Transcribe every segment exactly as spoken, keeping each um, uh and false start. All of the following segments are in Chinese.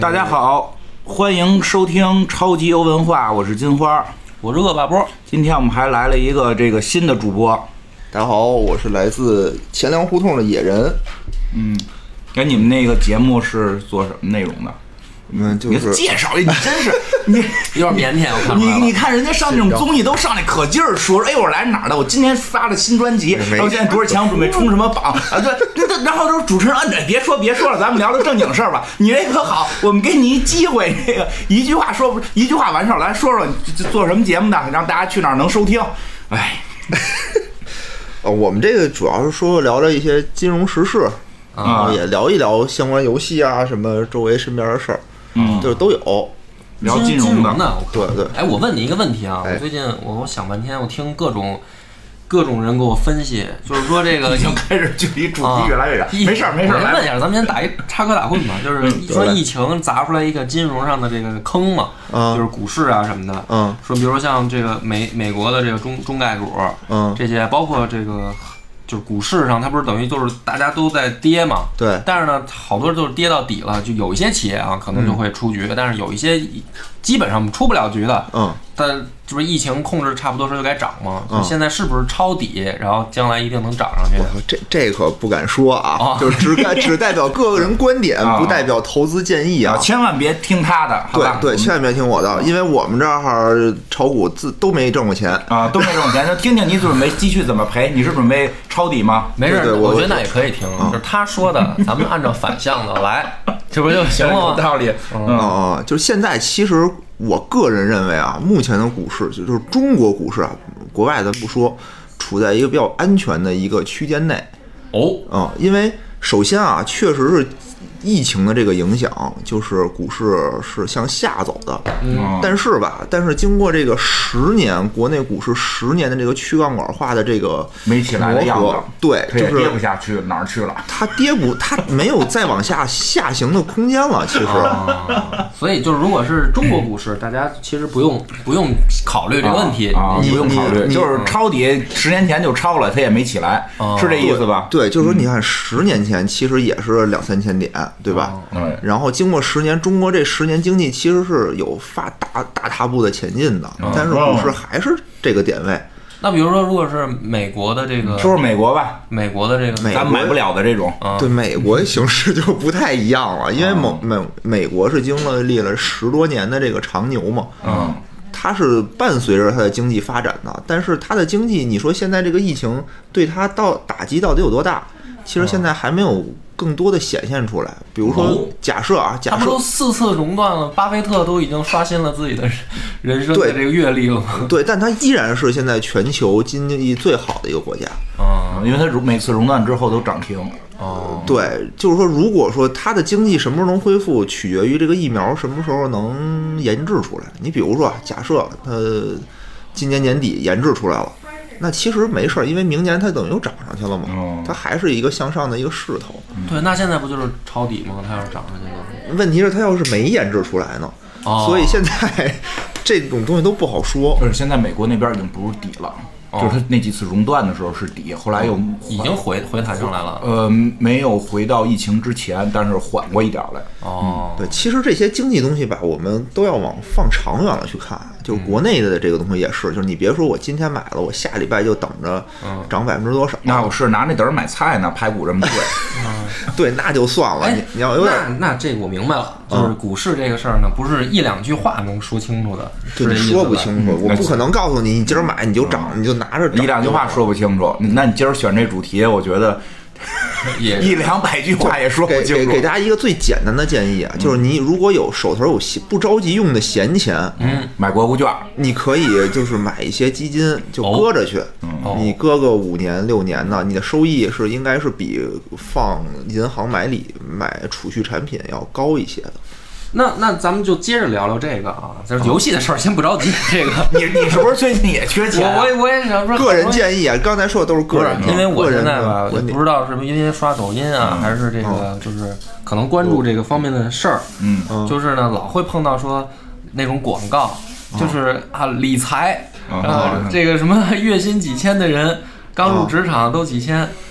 大家好，欢迎收听超级游文化，我是金花， 我是恶霸波。 今天我们还来了一个这个新的主播。 大家好，我是来自钱粮胡同的野人。 嗯，跟你们那个节目是做什么内容的？ 嗯，就是介绍，你真是你有点腼腆，我看出来了。 你你看人家上这种综艺都上来可劲儿说，哎，我来哪儿的？我今天发了新专辑，然后现在多少钱？我准备冲什么榜啊？对，然后都主持人啊，别说别说了，咱们聊聊正经事儿吧。你这个好，我们给你一机会，这个一句话说不一句话完事儿，来说说你做什么节目的，让大家去哪儿能收听？哎， 呃，我们这个主要是说聊聊一些金融时事， 啊、 然后也聊一聊相关游戏啊，什么周围身边的事儿。 嗯， 就是都有聊金融的， 的， 对对。 哎，我问你一个问题啊， 哎、 我最近我我想半天，我听各种各种人给我分析，就是说这个已经开始距离主题越来越远。啊、没事没事， 我先问一下，咱们先打一插科打诨吧，就是说疫情砸出来一个金融上的这个坑嘛， 嗯、 就是股市啊什么的， 嗯， 说比如说像这个美美国的这个中中概股， 嗯， 这些包括这个。就是股市上，它不是等于就是大家都在跌嘛？ 对。 但是呢，好多都是跌到底了，就有一些企业啊，可能就会出局，嗯、但是有一些基本上出不了局的。 嗯。 但这不是疫情控制差不多时候就该涨吗？ 嗯。 现在是不是抄底，然后将来一定能涨上去？ 这这可不敢说啊， 哦、 就是只代只代表个人观点， 哦、 不代表投资建议啊！ 千万别听他的，好吧？ 对对，千万别听我的，因为我们这儿炒股自都没挣过钱啊，都没挣过钱。就听听你准备继续怎么赔？你是准备抄底吗？ 没事， 对对我觉得那也可以听，就是他说的，咱们按照反向的来，这不就行了吗？ 有道理。 嗯嗯，就是现在其实我个人认为啊，目前的股市就是中国股市啊，国外的不说，处在一个比较安全的一个区间内。 哦， 嗯，因为首先啊，确实是疫情的这个影响，就是股市是向下走的。 嗯， 但是吧，但是经过这个十年国内股市十年的这个去杠杆化的这个没起来的样子， 对，就是跌不下去，哪儿去了？ 它跌不，它没有再往下下行的空间了。其实， 啊、所以就是如果是中国股市，大家其实不用不用考虑这个问题啊，啊你不用考虑，就是抄底，十年前就抄了，它也没起来， 啊、 是这意思吧？ 对，就是说你看，十年前其实也是两三千点。对吧？ 嗯， 然后经过十年，中国这十年经济其实是有发大大踏步的前进的， 嗯、 但是股市还是这个点位。 那比如说，如果是美国的这个， 说说美国吧， 美国的这个， 咱买不了的这种， 对美国形势就不太一样了，因为美美美国是经历了十多年的这个长牛嘛， 嗯， 它是伴随着它的经济发展的，但是它的经济，你说现在这个疫情对它到打击到底有多大？其实现在还没有更多的显现出来。比如说，假设啊，假设他们都四次熔断了，巴菲特都已经刷新了自己的人生的这个阅历了。 对，但它依然是现在全球经济最好的一个国家。 啊，因为它每次熔断之后都涨停。 哦，对，就是说，如果说它的经济什么时候能恢复，取决于这个疫苗什么时候能研制出来。你比如说，假设它今年年底研制出来了。那其实没事儿，因为明年它等于又涨上去了嘛， 哦、 它还是一个向上的一个势头。 对，那现在不就是抄底吗？它要是涨上去了， 问题是它要是没研制出来呢， 哦、 所以现在这种东西都不好说。 不是，现在美国那边已经不是底了。就是它那几次熔断的时候是底，后来又已经回回弹上来了。 呃，没有回到疫情之前，但是缓过一点来。 哦、 嗯，对，其实这些经济东西吧，我们都要往放长远了去看。就是国内的这个东西也是，就是你别说我今天买了，我下礼拜就等着涨百分之多少。 那我是拿那等着买菜呢，排骨这么贵。 对，那就算了。你你要有点， 那那这我明白了，就是股市这个事儿呢，不是一两句话能说清楚的。 对，你说不清楚，我不可能告诉你，你今儿买你就涨，你就拿着涨。 一两句话说不清楚，那你今儿选这主题，我觉得一两百句话也说不清楚。 给给给大家一个最简单的建议啊，就是你如果有手头有不着急用的闲钱， 嗯，买国库券， 你可以就是买一些基金，就搁着去， 哦、 你搁个五年六年的，你的收益是应该是比放银行买理买储蓄产品要高一些的。 那那咱们就接着聊聊这个啊，就是游戏的事儿，先不着急。这个你你是不是最近也缺钱、啊？ 我我我也想说， 个人建议啊，刚才说的都是个人， 因为我现在吧，不知道是不是因为刷抖音啊，还是这个就是可能关注这个方面的事儿， 嗯， 就是呢老会碰到说那种广告，就是啊理财，啊这个什么月薪几千的人，刚入职场都几千。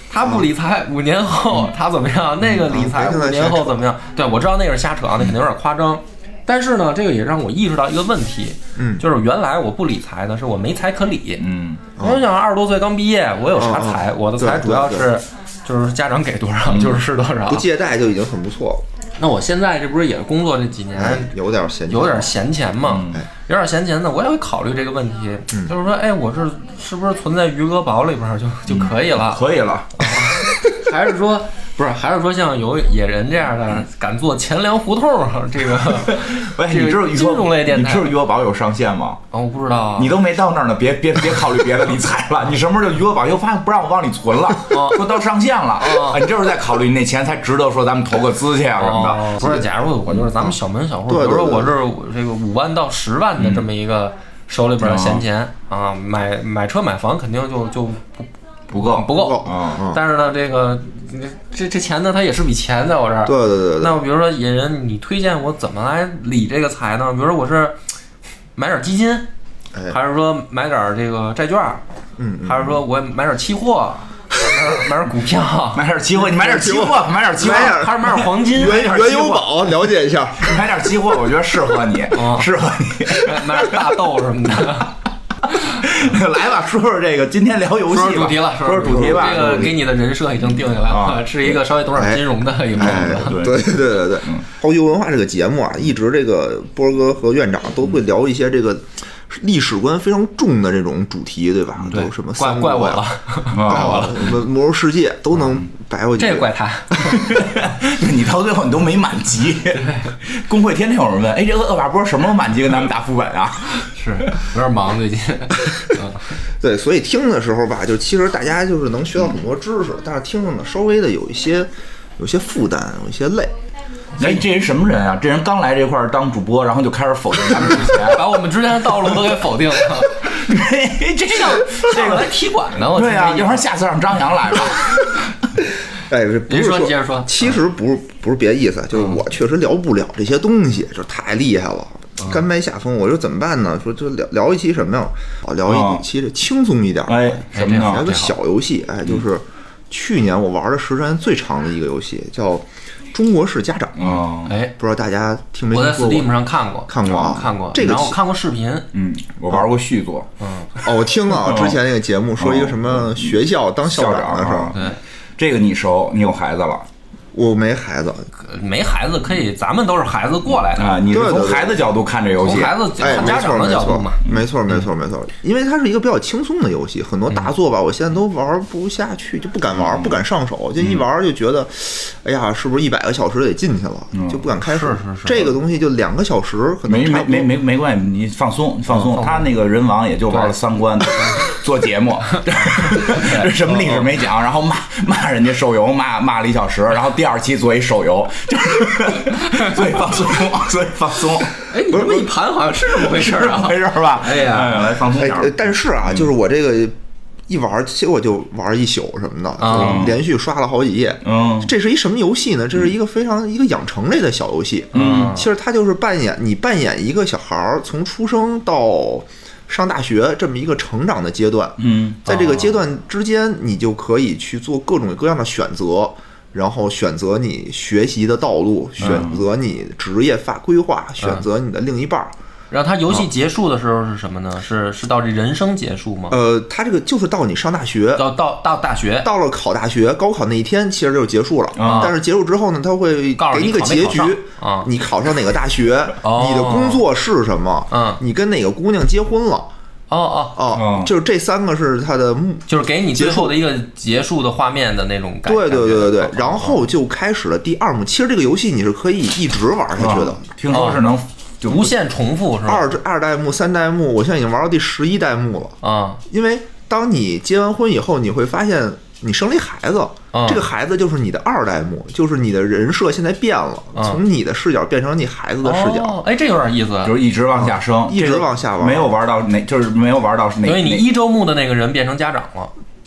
他不理财，五年后他怎么样？那个理财五年后怎么样？对，我知道那个是瞎扯啊，那肯定有点夸张。但是呢，这个也让我意识到一个问题， 嗯， 就是原来我不理财呢，是我没财可理， 嗯， 我想二十多岁刚毕业，我有啥财？我的财主要是就是家长给多少就是是多少， 不借贷就已经很不错了。 那我现在这不是也工作这几年， 哎、有点闲钱， 有点闲钱嘛， 嗯、 有点闲钱呢，我也会考虑这个问题， 嗯、 就是说，哎，我这是不是存在余额宝里边就就可以了？ 嗯、可以了， 还是说？不是，还是说像有野人这样的敢做钱粮胡同这个， 喂，你知道金融类电台， 你知道余额宝有上限吗？ 啊，我不知道、啊， 你都没到那儿呢，别别别考虑别的理财了。你什么时候就余额宝又发现不让我往里存了， 啊、 说到上限了，啊，你这时候再考虑，你那钱才值得说咱们投个资去啊什么的。 哦、不是，假如我就是咱们小门小户，比如说我这这个五万到十万的这么一个手里边的闲钱、嗯、啊，买买车买房肯定就就不。 不够， 不够， 嗯， 但是呢，这个这这钱呢，它也是笔钱在我这儿。 对对对对。 那我比如说野人，你推荐我怎么来理这个财呢？比如说我是买点基金， 哎、 还是说买点这个债券， 嗯，嗯还是说我买点期货，买点买点股票， 买点期货，你买点期货，买点期货， 还是买点黄金， 原原油宝了解一下， 买点期货，我觉得适合你，适合你， 买点大豆什么的。 来吧，说说这个，今天聊游戏吧， 说主题了， 说说主题吧。 这个给你的人设已经定下来了，啊、是一个稍微懂点金融的一个哎哎、对对对对对。超级文化这个节目啊，一直这个波儿哥和院长都会聊一些这个历史观非常重的这种主题，对吧？ 对， 都什么怪怪我了， 怪我了， 什么魔兽世界都能摆过去。 这怪他， 你到最后你都没满级。工会天天有人问，哎，这个恶霸波什么时候满级跟咱们打副本啊？ 是有点忙最近。 对，所以听的时候吧，就其实大家就是能学到很多知识，但是听着呢，稍微的有一些有些负担，有一些累。 哎，这人什么人啊？这人刚来这块儿当主播，然后就开始否定咱们之前， 把我们之前的道路都给否定了。 这像这个来踢馆呢，我对啊，要不然下次让张扬来吧。 哎，不是说，你接着说。 其实不是不是别的意思，就是我确实聊不了这些东西，就太厉害了。甘拜下风，我说怎么办呢？说就聊聊一期什么呀？啊，聊一期这轻松一点， 哎，什么呢？ 聊个小游戏，哎，就是去年我玩的时间最长的一个游戏，叫《中国式家长》。 哦， 哎， 不知道大家听没听说过？ 我在 Steam 上看过， 看过啊， 看过。 这个然后我看过视频， 嗯，我玩过续作， 嗯， 哦，我听了之前那个节目说一个什么学校当校长的事儿， 对， 这个你熟，你有孩子了。 我没孩子， 没孩子可以，咱们都是孩子过来的啊。你是从孩子角度看这游戏， 从孩子看家长的角度嘛， 没错没错没错。因为它是一个比较轻松的游戏，很多大作吧，我现在都玩不下去，就不敢玩，不敢上手，就一玩就觉得，哎呀，是不是一百个小时得进去了，就不敢开始。 是是是， 这个东西就两个小时，可能没没没没没关系，你放松放松。他那个人王也就玩了三关，做节目，这什么历史没讲，然后骂骂人家手游，骂骂了一小时，然后第二期做一手游，所以放松，所以放松。 哎，你这么一盘好像是这么回事啊， 回事吧？ 哎呀， 来放松点。 但是啊，就是我这个一玩，结果就玩一宿什么的，就连续刷了好几页。 嗯， 这是一什么游戏呢？这是一个非常一个养成类的小游戏。 嗯， 其实它就是扮演你扮演一个小孩儿，从出生到上大学这么一个成长的阶段。 嗯， 在这个阶段之间，你就可以去做各种各样的选择。然后选择你学习的道路，选择你职业发规划，嗯、选择你的另一半。 然后它游戏结束的时候是什么呢？是是到这人生结束吗？ 呃，它这个就是到你上大学， 到到到大学， 到了考大学高考那一天，其实就结束了。 啊、 但是结束之后呢，他会给你一个结局啊， 你考上哪个大学， 哦、 你的工作是什么， 嗯， 你跟哪个姑娘结婚了。 哦哦哦，就是这三个是它的目， 就是给你最后的一个结束的画面的那种感觉。 对对对对对，然后就开始了第二幕。其实这个游戏你是可以一直玩下去的， 听说是能就无限重复是吧？ 二二代目、三代目，我现在已经玩到第十一代目了啊！ 因为当你结完婚以后，你会发现你生了一孩子。这个孩子就是你的二代目，就是你的人设现在变了， 嗯、 从你的视角变成你孩子的视角。 哦，哎，这有点意思， 就是一直往下升， 嗯、一直往下玩， 没有玩到哪，就是没有玩到哪。 所以你一周目的那个人变成家长了。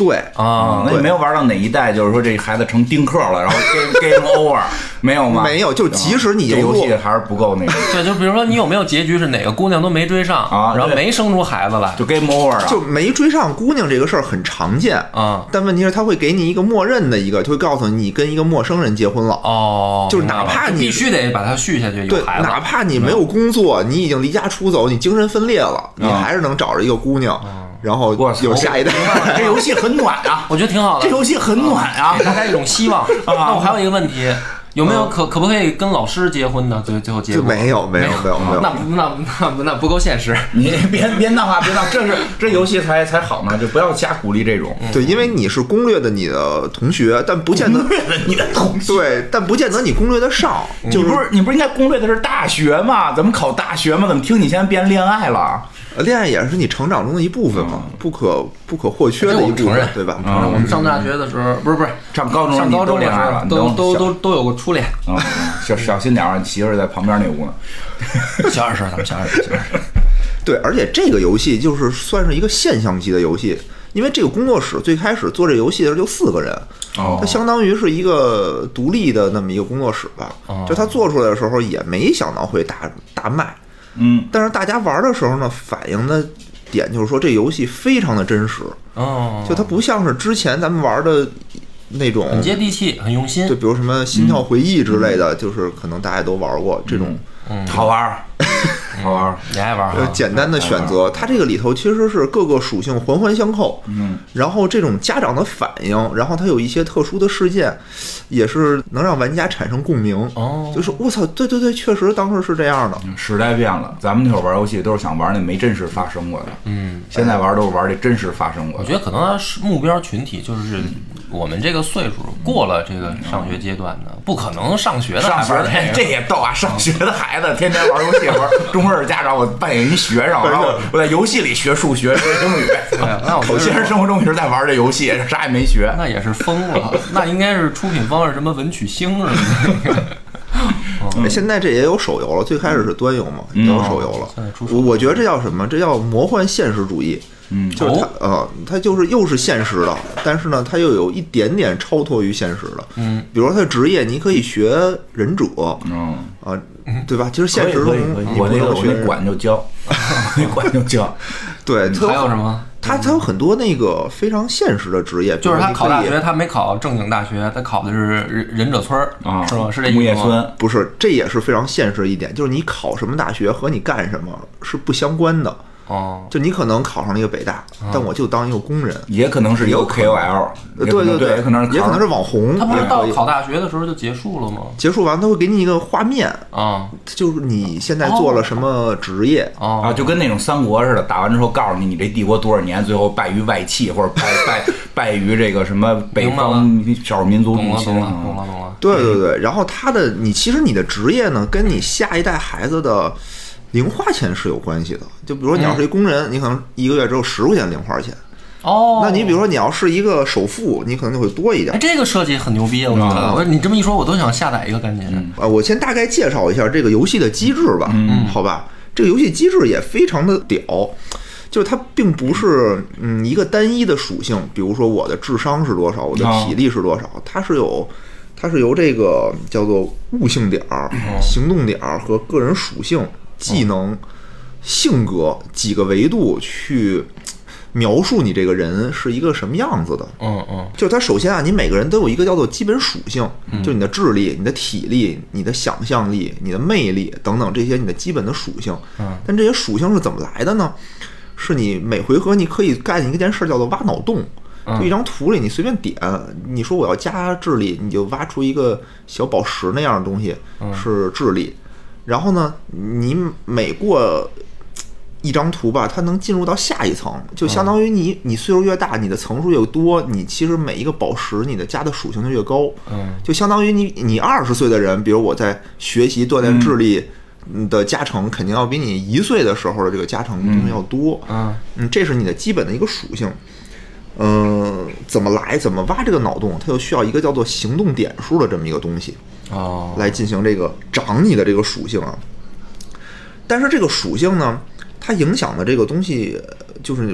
对啊， 那你没有玩到哪一代，就是说这孩子成丁克了，然后 game game over， 没有吗？ 没有，就即使你这游戏还是不够那个。 对，就比如说你有没有结局是哪个姑娘都没追上啊， 然后没生出孩子来， 就 game over 了， 就没追上姑娘这个事儿很常见啊。 但问题是，他会给你一个默认的一个，就会告诉你，你跟一个陌生人结婚了。 哦， 就是哪怕你必须得把它续下去，有孩子， 哪怕你没有工作，你已经离家出走，你精神分裂了，你还是能找着一个姑娘，然后有下一代。 这游戏很暖啊， 我觉得挺好的。 这游戏很暖啊， 给大家一种希望。那我还有一个问题。有没有可可不可以跟老师结婚呢？最最后结果没有没有没有没有， 那那那那不够现实。 你别别闹啊，别闹，这是这游戏才才好呢，就不要瞎鼓励这种。 对，因为你是攻略的你的同学，但不见得攻略的你的同学。 对，但不见得你攻略得上。 你不是你不是应该攻略的是大学吗？怎么考大学吗？怎么听你现在变恋爱了？ 恋爱也是你成长中的一部分嘛，不可不可或缺的一部分，对吧？ 嗯，我们上大学的时候，不是不是上高中， 上高中恋爱了， 都都都都有过初恋。 嗯，小小心点儿，你媳妇儿在旁边那屋呢。 小点声，咱们小点声，小点声。 对，而且这个游戏就是算是一个现象级的游戏，因为这个工作室最开始做这游戏的时候就四个人， 哦， 它相当于是一个独立的那么一个工作室吧。 哦， 就他做出来的时候也没想到会大大卖。 嗯， 但是大家玩的时候呢，反映的点就是说这游戏非常的真实哦， 就它不像是之前咱们玩的那种很接地气、很用心， 就比如什么心跳回忆之类的，嗯、就是可能大家都玩过这种， 嗯， 好玩，好玩， 你爱玩呃，简单的选择，它这个里头其实是各个属性环环相扣， 嗯， 然后这种家长的反应，然后它有一些特殊的事件，也是能让玩家产生共鸣， 哦， 就是我操，对对对，确实当时是这样的， 时代变了，咱们那会儿玩游戏都是想玩那没真实发生过的， 嗯， 现在玩都是玩这真实发生过的。 我觉得可能是目标群体就是我们这个岁数过了这个上学阶段的，不可能上学的上学的这也逗啊！上学的孩子天天玩游戏，玩中二家长，我扮演一学生，然后我在游戏里学数学、学英语。 那我现实生活中一直在玩这游戏，啥也没学。 那也是疯了，那应该是出品方是什么文曲星什么的。 嗯、现在这也有手游了，最开始是端游嘛，也有手游了。 嗯、 我觉得这叫什么？这叫魔幻现实主义。 嗯， 就是它，呃，它就是又是现实的，但是呢，它又有一点点超脱于现实的。 嗯， 比如说它的职业，你可以学忍者。 嗯啊，对吧？其实现实中你我那个不能学， 我那管就教，那管就教。 对， 还有什么？ 他他有很多那个非常现实的职业， 就是他考大学，他没考正经大学，他考的是忍者村啊， 是吧？是这木叶村？ 不是，这也是非常现实一点，就是你考什么大学和你干什么是不相关的。 哦， 就你可能考上了一个北大， 嗯、 但我就当一个工人， 也可能是一个 K O L， 对对对， 也可能也可能是网红。 他不是到考大学的时候就结束了吗？ 结束完他会给你一个画面啊， 就是你现在做了什么职业、 哦、 啊，就跟那种三国似的，打完之后告诉你你这帝国多少年，最后败于外戚或者败败败于这个什么北方少数民族入侵。 懂了懂了懂了。 对对对，然后他的你其实你的职业呢，跟你下一代孩子的零花钱是有关系的，就比如说你要是一工人，嗯、你可能一个月只有十块钱零花钱。 哦， 那你比如说你要是一个首富，你可能就会多一点。 哎，这个设计很牛逼，我觉得。我、嗯、你这么一说，我都想下载一个，赶紧。 嗯、呃，我先大概介绍一下这个游戏的机制吧， 嗯， 好吧。这个游戏机制也非常的屌，就是它并不是嗯一个单一的属性，比如说我的智商是多少，我的体力是多少，它是有。它是由这个叫做悟性点、行动点和个人属性、技能、性格几个维度去描述你这个人是一个什么样子的。 嗯嗯， 就它首先啊，你每个人都有一个叫做基本属性，就你的智力、你的体力、你的想象力、你的魅力等等这些你的基本的属性。 嗯， 但这些属性是怎么来的呢？是你每回合你可以干一件事叫做挖脑洞。就一张图里，你随便点，你说我要加智力，你就挖出一个小宝石那样的东西，是智力。然后呢，你每过一张图吧，它能进入到下一层，就相当于你你岁数越大，你的层数越多，你其实每一个宝石你的加的属性就越高。 嗯， 就相当于你你二十岁的人，比如我在学习锻炼智力的加成，肯定要比你一岁的时候的这个加成东西要多。 嗯嗯，这是你的基本的一个属性。嗯，怎么来怎么挖这个脑洞，它就需要一个叫做行动点数的这么一个东西哦， 来进行这个长你的这个属性啊。但是这个属性呢，它影响的这个东西就是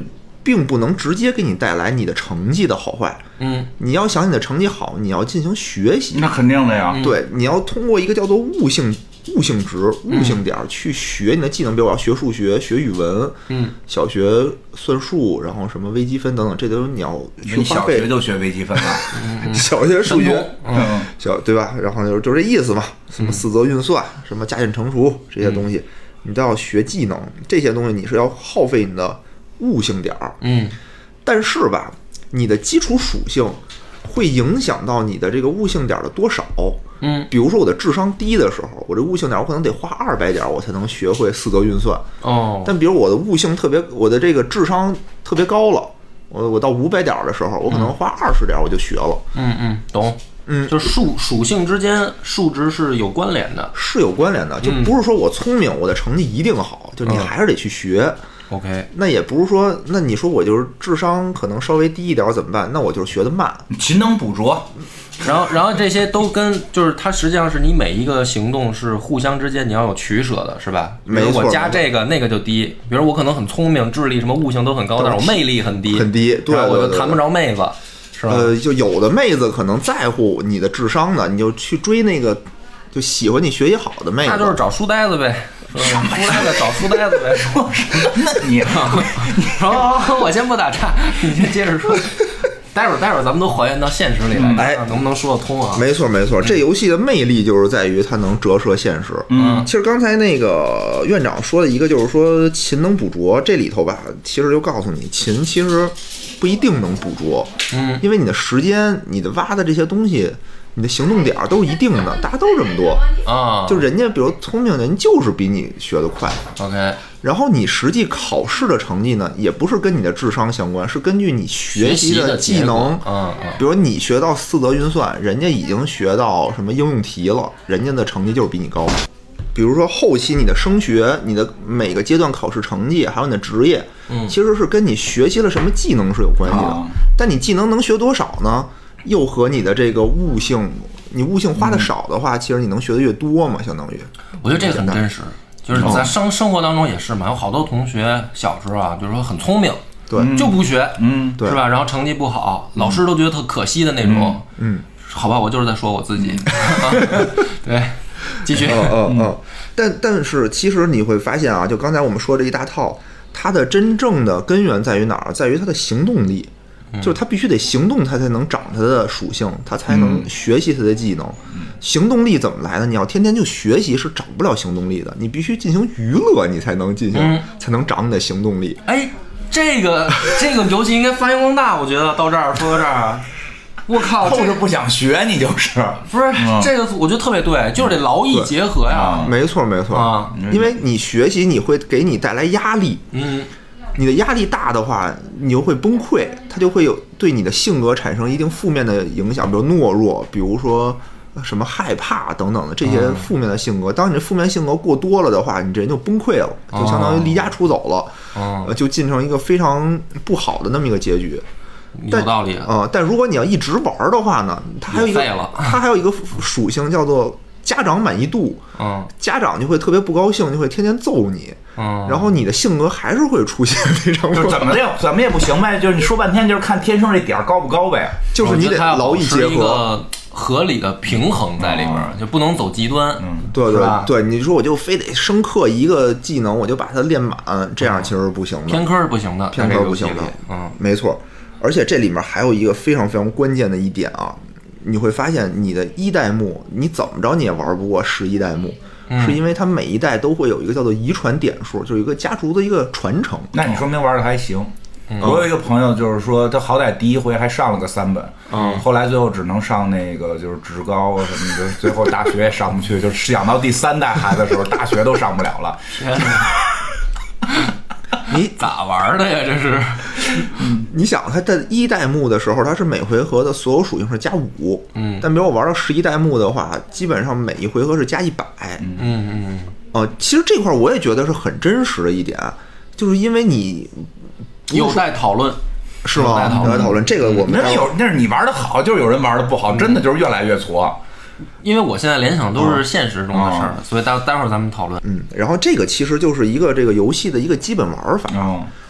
并不能直接给你带来你的成绩的好坏。 嗯， 你要想你的成绩好，你要进行学习。 那肯定的呀。 对，你要通过一个叫做悟性悟性值、悟性点去学你的技能，比如我要学数学、学语文， 嗯， 小学算术，然后什么微积分等等，这都是你要去你花费。 小学就学微积分了， 小学数学， 嗯， 小对吧？然后就就这意思嘛，什么四则运算，什么加减乘除这些东西，你都要学技能，这些东西你是要耗费你的悟性点儿。 嗯， 但是吧，你的基础属性会影响到你的这个悟性点的多少。 嗯， 比如说我的智商低的时候，我这悟性点我可能得花二百点，我才能学会四则运算。 哦， 但比如我的悟性特别，我的这个智商特别高了，我我到五百点的时候，我可能花二十点我就学了。 嗯嗯，懂。 嗯， 就数属性之间数值是有关联的， 是有关联的，就不是说我聪明，我的成绩一定好，就你还是得去学。 OK， 那也不是说，那你说我就是智商可能稍微低一点怎么办？那我就是学得慢， 勤能补拙。 然后，然后这些都跟就是它实际上是你每一个行动是互相之间你要有取舍的，是吧？比如我加这个那个就低，比如我可能很聪明，智力什么悟性都很高，但是我魅力很低， 很低，对， 我就谈不着妹子，是吧？ 呃，就有的妹子可能在乎你的智商的，你就去追那个就喜欢你学习好的妹子， 那就是找书呆子呗。书呆子找书呆子呗，说什么你？ 好，我先不打岔，你先接着说。待会儿，待会儿咱们都还原到现实里来， 哎， 能不能说得通啊？ 没错，没错，这游戏的魅力就是在于它能折射现实。 嗯， 其实刚才那个院长说的一个就是说勤能补拙，这里头吧，其实就告诉你，勤其实不一定能捕捉， 嗯， 因为你的时间、你的挖的这些东西。你的行动点都是一定的，大家都这么多啊。 就人家比如聪明人就是比你学得快 ，OK。 然后你实际考试的成绩呢，也不是跟你的智商相关，是根据你学习的技能。 嗯嗯。 比如你学到四则运算，人家已经学到什么应用题了，人家的成绩就是比你高。比如说后期你的升学，你的每个阶段考试成绩，还有你的职业， 嗯， 其实是跟你学习了什么技能是有关系的。 啊、 但你技能能学多少呢？又和你的这个悟性，你悟性花的少的话，嗯、其实你能学的越多嘛，相当于。 我觉得这个很真实，就是在生生活当中也是嘛，有好多同学小时候啊，就是说很聪明， 对， 就不学， 嗯， 是吧？然后成绩不好，老师都觉得特可惜的那种， 嗯， 好吧，我就是在说我自己，对，继续， 嗯嗯嗯。但但是其实你会发现啊，就刚才我们说这一大套，它的真正的根源在于哪儿？在于它的行动力。就是他必须得行动，他才能长他的属性，他才能学习他的技能。 嗯、 行动力怎么来的？你要天天就学习是长不了行动力的，你必须进行娱乐，你才能进行， 嗯、 才能长你的行动力。 哎，这个这个游戏应该发扬光大，我觉得到这儿说到这儿，我靠， 后着不想学你就是不是、 嗯、 这个？我觉得特别对，就是得劳逸结合呀。 没错没错啊， 因为你学习你会给你带来压力。 嗯。 你的压力大的话，你就会崩溃，它就会有对你的性格产生一定负面的影响，比如懦弱，比如说什么害怕等等的这些负面的性格。当你的负面性格过多了的话，你这人就崩溃了，就相当于离家出走了， 哦、 就进成一个非常不好的那么一个结局。 有道理啊、 呃！但如果你要一直玩的话呢，它还有一个它还有一个属性叫做家长满意度。 嗯， 家长就会特别不高兴，就会天天揍你。 嗯， 然后你的性格还是会出现非常就是怎么的怎么也不行呗，就是你说半天就是看天生这点高不高呗， 就是你得劳逸结合， 合理的平衡在里边，嗯、就不能走极端。 嗯， 对对对，你说我就非得深刻一个技能，我就把它练满，这样其实是不行的。 偏科是不行的， 偏科不行的。 嗯， 没错。而且这里面还有一个非常非常关键的一点啊，你会发现你的一代目，你怎么着你也玩不过十一代目。 嗯、 是因为它每一代都会有一个叫做遗传点数，就是一个家族的一个传承。 那你说明玩的还行。 嗯、 我有一个朋友，就是说他好歹第一回还上了个三本， 嗯， 后来最后只能上那个就是职高啊什么的，最后大学也上不去，就是养到第三代孩子的时候，大学都上不了了。 天哪！你咋玩的呀？这是， 嗯，你想他在一代目的时候，他是每回合的所有属性是加五， 嗯， 但比如我玩到十一代目的话，基本上每一回合是加一百， 嗯嗯嗯， 呃，其实这块我也觉得是很真实的一点，就是因为你有待讨论， 是吗？有待讨论，这个我们那有那是你玩的好，就是有人玩的不好，真的就是越来越挫。 因为我现在联想都是现实中的事儿，哦、所以待待会儿咱们讨论。 嗯，然后这个其实就是一个这个游戏的一个基本玩法。 哦、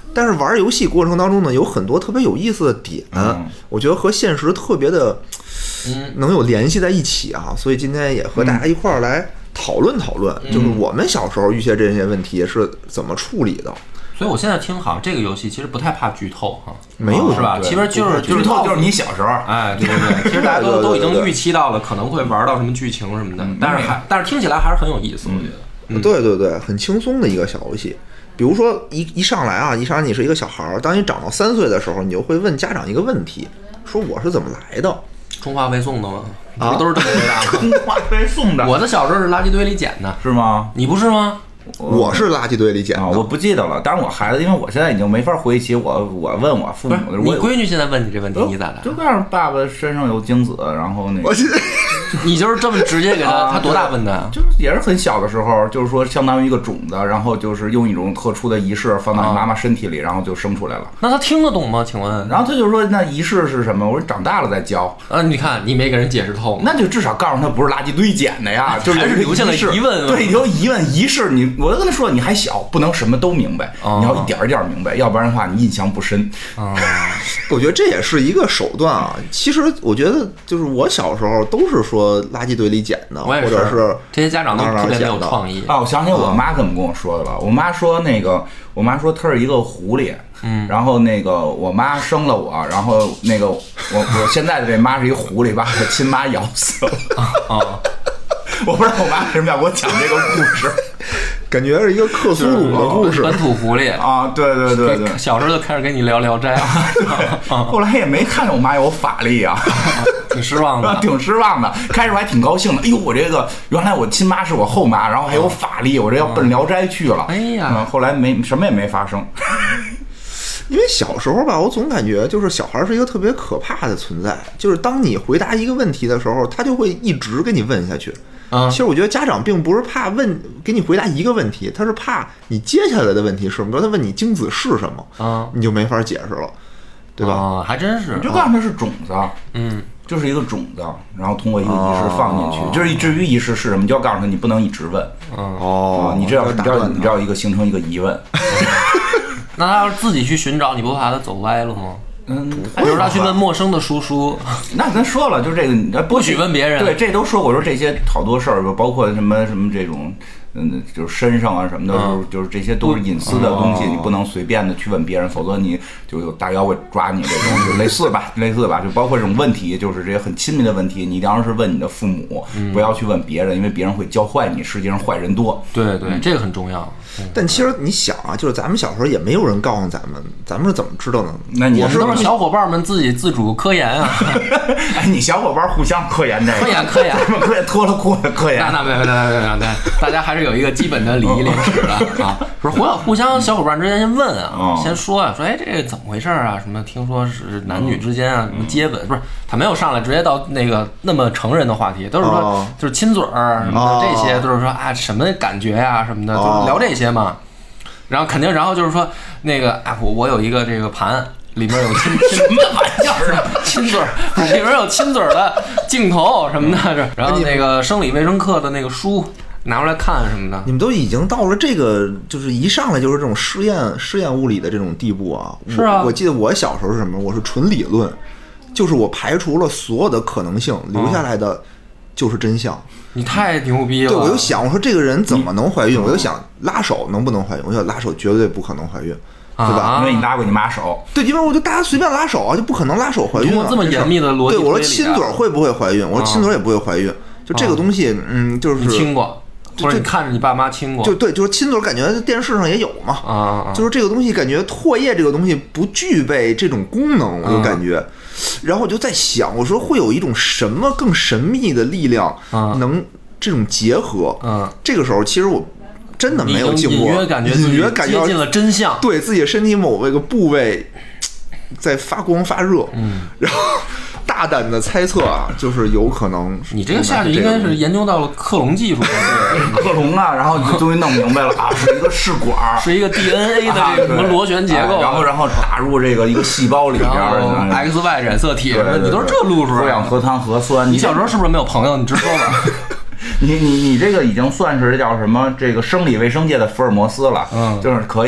但是玩游戏过程当中呢，有很多特别有意思的点， 嗯、 我觉得和现实特别的， 嗯， 能有联系在一起啊。所以今天也和大家一块儿来讨论讨论， 嗯、 就是我们小时候遇见这些问题是怎么处理的。 所以我现在听好像这个游戏其实不太怕剧透哈， 没有是吧？其实就是剧透就是你小时候， 哎，对对对，其实大家都都已经预期到了可能会玩到什么剧情什么的，但是还但是听起来还是很有意思，我觉得。 嗯、对对对，很轻松的一个小游戏。比如说一一上来啊，一上来你是一个小孩儿，当你长到三岁的时候，你就会问家长一个问题，说我是怎么来的？ 充话费送的吗？啊，都是这么回答。 充话费送的。 我的小时候是垃圾堆里捡的， 是吗？ 你不是吗？ 我是垃圾堆里捡的、 啊，我不记得了。当然，我孩子，因为我现在已经没法回忆起我我问我父母的。 你闺女现在问你这问题，你咋来？ 就告诉爸爸身上有精子，然后那个。 你就是这么直接给他？ 啊、 他多大问的？ 就是也是很小的时候，就是说相当于一个种子，然后就是用一种特殊的仪式放到你妈妈身体里，然后就生出来了。 那他听得懂吗？请问？ 然后他就说那仪式是什么？我说长大了再教。 啊，你看你没给人解释透， 那就至少告诉他不是垃圾堆捡的呀，就是还是留下了疑问。 对，留疑问仪式，你我就跟他说你还小，不能什么都明白， 哦、 你要一点一点明白，要不然的话你印象不深。 啊、哦， 我觉得这也是一个手段啊。其实我觉得就是我小时候都是说垃圾堆里捡的，或者是这些家长都特别没有创意啊。我想起我妈怎么跟我说的了，我妈说那个，我妈说她是一个狐狸， 嗯， 然后那个我妈生了我，然后那个我我现在的这妈是一狐狸，把我亲妈咬死了。 啊， 我不知道我妈为什么要给我讲这个故事。 感觉是一个克苏鲁的故事， 本土狐狸啊，对对对对， 小时候就开始跟你聊聊斋， 后来也没看见我妈有法力啊， 挺失望的， 挺失望的。开始我还挺高兴的，哎呦，我这个原来我亲妈是我后妈，然后还有法力，我这要奔聊斋去了。 哎呀， 嗯，后来没什么也没发生。 因为小时候吧，我总感觉就是小孩是一个特别可怕的存在，就是当你回答一个问题的时候，他就会一直跟你问下去。 啊， 其实我觉得家长并不是怕问给你回答一个问题，他是怕你接下来的问题是什么。比如他问你精子是什么， 啊， 你就没法解释了，对吧？ 啊，还真是， 你就告诉他是种子， 嗯， 就是一个种子，然后通过一个仪式放进去。就是至于仪式是什么，你就要告诉他，你不能一直问。 哦， 你这要你这要你这要一个形成一个疑问。 那他要是自己去寻找，你不怕他走歪了吗？ 嗯， 比如他去问陌生的叔叔， 那咱说了，就这个不许问别人。 对，这都说过，说这些好多事儿，包括什么什么这种，嗯，就是身上啊什么的， 嗯、 就是就是这些都是隐私的东西， 嗯、 你不能随便的去问别人，否则你就有大妖会抓你这种，就类似吧，类似吧，就包括这种问题，就是这些很亲密的问题，你当然是问你的父母， 嗯、 不要去问别人，因为别人会教坏你，实际上坏人多。 对对，嗯、这个很重要。 但其实你想啊，就是咱们小时候也没有人告诉咱们，咱们是怎么知道的？ 那你是都是小伙伴们自己自主科研啊。 哎，你小伙伴互相科研这个？ 科研科研， 科研脱了裤子科研。 那那没没没没没，大家还是有一个基本的礼义廉耻的啊。不是互互相小伙伴之间先问啊， 哦、 先说啊，说哎这个怎么回事啊？什么听说是男女之间啊，什么接吻？不是他没有上来直接到那个那么成人的话题，都是说就是亲嘴儿什么的，这些都是说啊什么感觉呀、啊、什么的，就是聊这些嘛。然后肯定，然后就是说那个啊，我我有一个这个盘，里面有亲亲什么玩意儿啊？ 亲嘴儿，里面有亲嘴儿的镜头什么的，然后那个生理卫生课的那个书拿出来看什么的。 你们都已经到了这个，就是一上来就是这种实验实验物理的这种地步啊！ 是啊， 我, 我记得我小时候是什么？我是纯理论，就是我排除了所有的可能性，留下来的就是真相。哦， 你太牛逼了！ 对，我就想，我说这个人怎么能怀孕？我就想拉手能不能怀孕？我想拉手绝对不可能怀孕，对吧？ 啊、 因为你拉过你妈手。 对，因为我就大家随便拉手啊，就不可能拉手怀孕啊。 这么严密的逻辑、 啊。对，我说亲嘴会不会怀孕？我说亲嘴也不会怀孕。就这个东西，嗯，就是你亲过，或者你看着你爸妈亲过。 就对，就是亲嘴，感觉电视上也有嘛。 啊， 就是这个东西，感觉唾液这个东西不具备这种功能，我就感觉。然后我就在想，我说会有一种什么更神秘的力量能这种结合？ 嗯， 这个时候其实我真的没有经过， 隐约感觉隐约感觉接近了真相， 对自己身体某一个部位在发光发热。 嗯， 然后大胆的猜测啊，就是有可能你这个下去应该是研究到了克隆技术， 对，克隆啊，然后就终于弄明白了啊，是一个试管， 是一个 D N A 的这个什么螺旋结构， 啊、然后然后打入这个一个细胞里边 ，X Y 染色体，你都是这路数， 脱氧核糖核酸。 你小时候是不是没有朋友？你直说吧。 你你你这个已经算是叫什么？这个生理卫生界的福尔摩斯了， 嗯， 就是可以。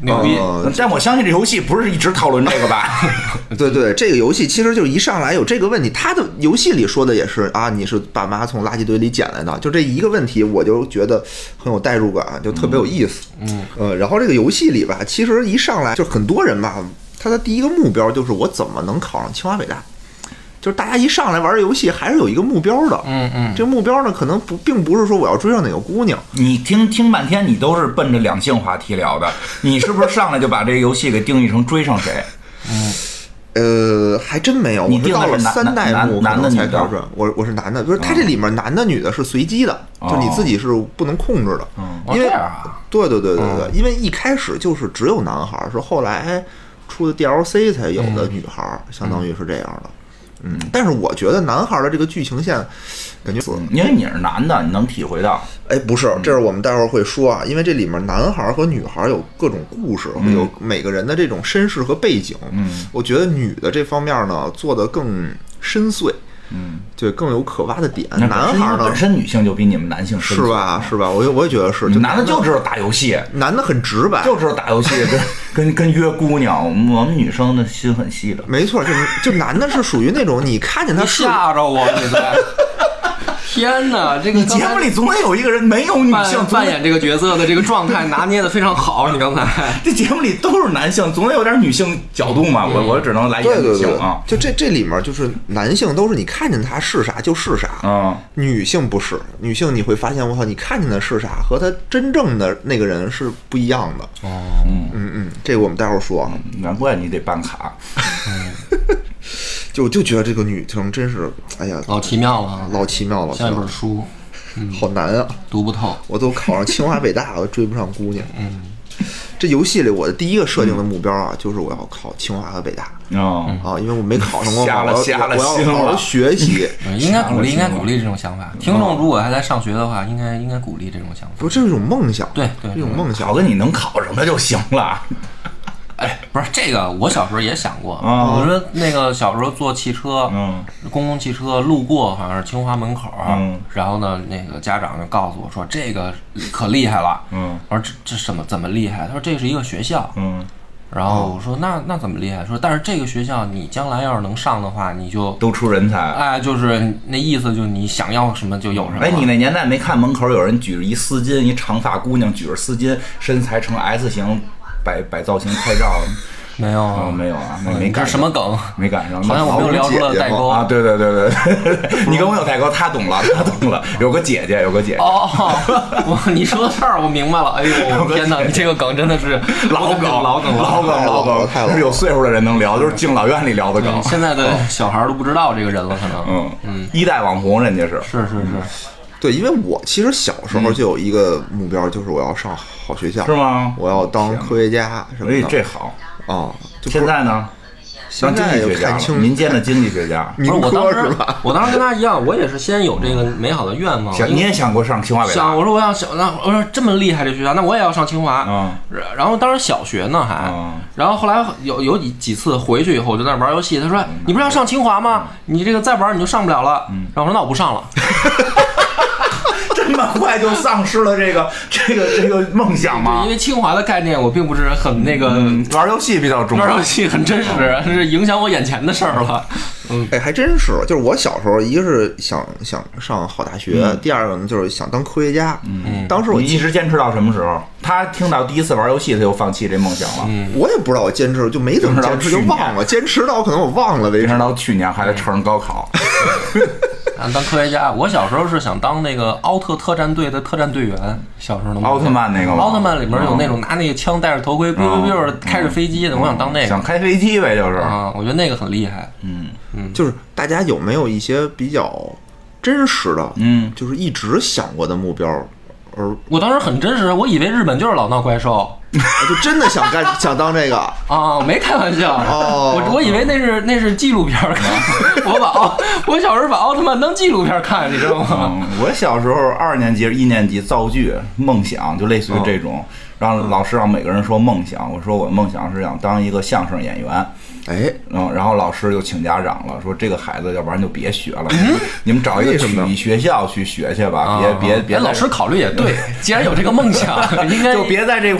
牛逼！ 呃但我相信这游戏不是一直讨论这个吧？ 对对，这个游戏其实就是一上来有这个问题，它的游戏里说的也是啊，你是爸妈从垃圾堆里捡来的，就这一个问题，我就觉得很有代入感，就特别有意思。 嗯， 呃，然后这个游戏里吧，其实一上来就很多人吧，他的第一个目标就是我怎么能考上清华北大。就是大家一上来玩游戏还是有一个目标的， 嗯嗯， 这个目标呢，可能不并不是说我要追上哪个姑娘。 你听听半天，你都是奔着两性话题聊的，你是不是上来就把这个游戏给定义成追上谁？ 嗯，呃，还真没有， 你我是到了三代目男的女的， 我我是男的，就是它这里面男的女的是随机的， 哦、 就你自己是不能控制的， 嗯， 因为、 哦啊、 对对对对对、嗯，因为一开始就是只有男孩，是后来出的 D L C 才有的女孩，嗯、相当于是这样的。嗯，但是我觉得男孩的这个剧情线，感觉、 嗯、因为你是男的，你能体会到。 哎，不是，这是我们待会儿会说啊，因为这里面男孩和女孩有各种故事， 嗯、 有每个人的这种身世和背景。 嗯， 我觉得女的这方面呢做得更深邃。 嗯， 对，更有可挖的点。男孩呢， 本身女性就比你们男性深是吧？是吧？我我也觉得是。 就男的就知道打游戏， 男的很直白， 就知道打游戏，跟跟跟约姑娘。我们我们女生的心很细的。 没错，就就男的是属于那种，你看见他吓着我，你在。天哪，这个你节目里总得有一个人没有女性扮演这个角色的这个状态拿捏的非常好。你刚才这节目里都是男性，总得有点女性角度嘛。我我只能来演女性啊。 就这这里面就是男性都是你看见他是啥就是啥， 嗯， 女性不是，女性你会发现我操，你看见的是啥和他真正的那个人是不一样的。 哦， 嗯嗯嗯，这个我们待会儿说啊。 难怪你得办卡。 就就觉得这个女生真是，哎呀， 老奇妙了， 老奇妙了， 像一本书， 嗯、好难啊， 读不透。 我都考上清华北大，我追不上姑娘。 嗯， 这游戏里我的第一个设定的目标啊，就是我要考清华和北大。 哦、 嗯、啊，因为我没考上过， 瞎了瞎了心了，我要好好学习。 应该鼓励，应该鼓励这种想法。听众如果还在上学的话，应该应该鼓励这种想法。 不，这是一种梦想， 对对， 这种梦想。 考个你能考上它就行了。 哎，不是这个，我小时候也想过。 嗯、 我说那个小时候坐汽车， 嗯， 公共汽车路过，好像是清华门口， 嗯， 然后呢，那个家长就告诉我说这个可厉害了， 嗯， 我说这这什么怎么厉害？他说这是一个学校， 嗯， 然后我说那那怎么厉害？说但是这个学校你将来要是能上的话，你就都出人才。 哎，就是那意思，就是你想要什么就有什么。 哎，你那年代没看门口有人举着一丝巾，一长发姑娘举着丝巾，身材呈 S 型，摆摆造型拍照。 没有啊、 哦，没有啊，没没赶上。 这什么梗？ 没赶上。 好像我们又聊出了代沟啊！对对对对，你跟我有代沟，他懂了，他懂了。有个姐姐，有个姐姐。 哦，我你说到这儿，我明白了。哎呦，天哪，你这个梗真的是老梗， 老梗， 老梗，老梗，太是有岁数的人能聊，就是敬老院里聊的梗。 现在的小孩都不知道这个人了，可能。 嗯嗯，一代网红，人家是。 是是是。 对，因为我其实小时候就有一个目标，就是我要上好学校。 是吗？ 我要当科学家什么的。 哎，这好。 啊， 现在呢？当经济学家，民间的经济学家。 民科是吧？ 我当时跟他一样，我也是先有这个美好的愿望。 想你也想过上清华北大？ 想，我说我要想，那我说这么厉害这学校，那我也要上清华。 嗯。 然后当时小学呢还， 嗯、 然后后来有有几几次回去以后，我就在那玩游戏。他说：“你不是要上清华吗？你这个再玩你就上不了了。” 嗯。 然后我说：“那我不上了。” 这么快就丧失了这个这个这个梦想吗？ 因为清华的概念我并不是很那个， 嗯、玩游戏比较重要， 玩游戏很真实，是影响我眼前的事儿了。嗯， 哎，还真是，就是我小时候，一个是想想上好大学， 嗯、 第二个呢就是想当科学家。 嗯， 当时我你一直坚持到什么时候？他听到第一次玩游戏，他就放弃这梦想了。 嗯， 我也不知道我坚持就没怎么坚持就忘了，坚持到可能我忘了为止。 坚持到去年还在承认高考。 当科学家，我小时候是想当那个奥特特战队的特战队员。小时候的奥特曼那个吗？ 奥特曼里面有那种拿那个枪戴着头盔，biu biu biu开着飞机的，我想当那个。 想开飞机呗，就是啊，我觉得那个很厉害。 嗯嗯， 就是大家有没有一些比较真实的， 嗯， 就是一直想过的目标？而我当时很真实，我以为日本就是老闹怪兽， 就真的想干想当这个啊，没开玩笑。 哦， 我我以为那是那是纪录片看，我把奥我小时候把奥特曼当纪录片看，你知道吗？ 嗯，我小时候二年级、一年级造句梦想，就类似于这种，让老师让每个人说梦想，我说我的梦想是想当一个相声演员。 哎， 嗯，然后老师就请家长了，说这个孩子要不然就别学了，嗯、你们找一个曲艺学校去学去吧，别别别。 老师考虑也对，既然有这个梦想，应该就别在这块耽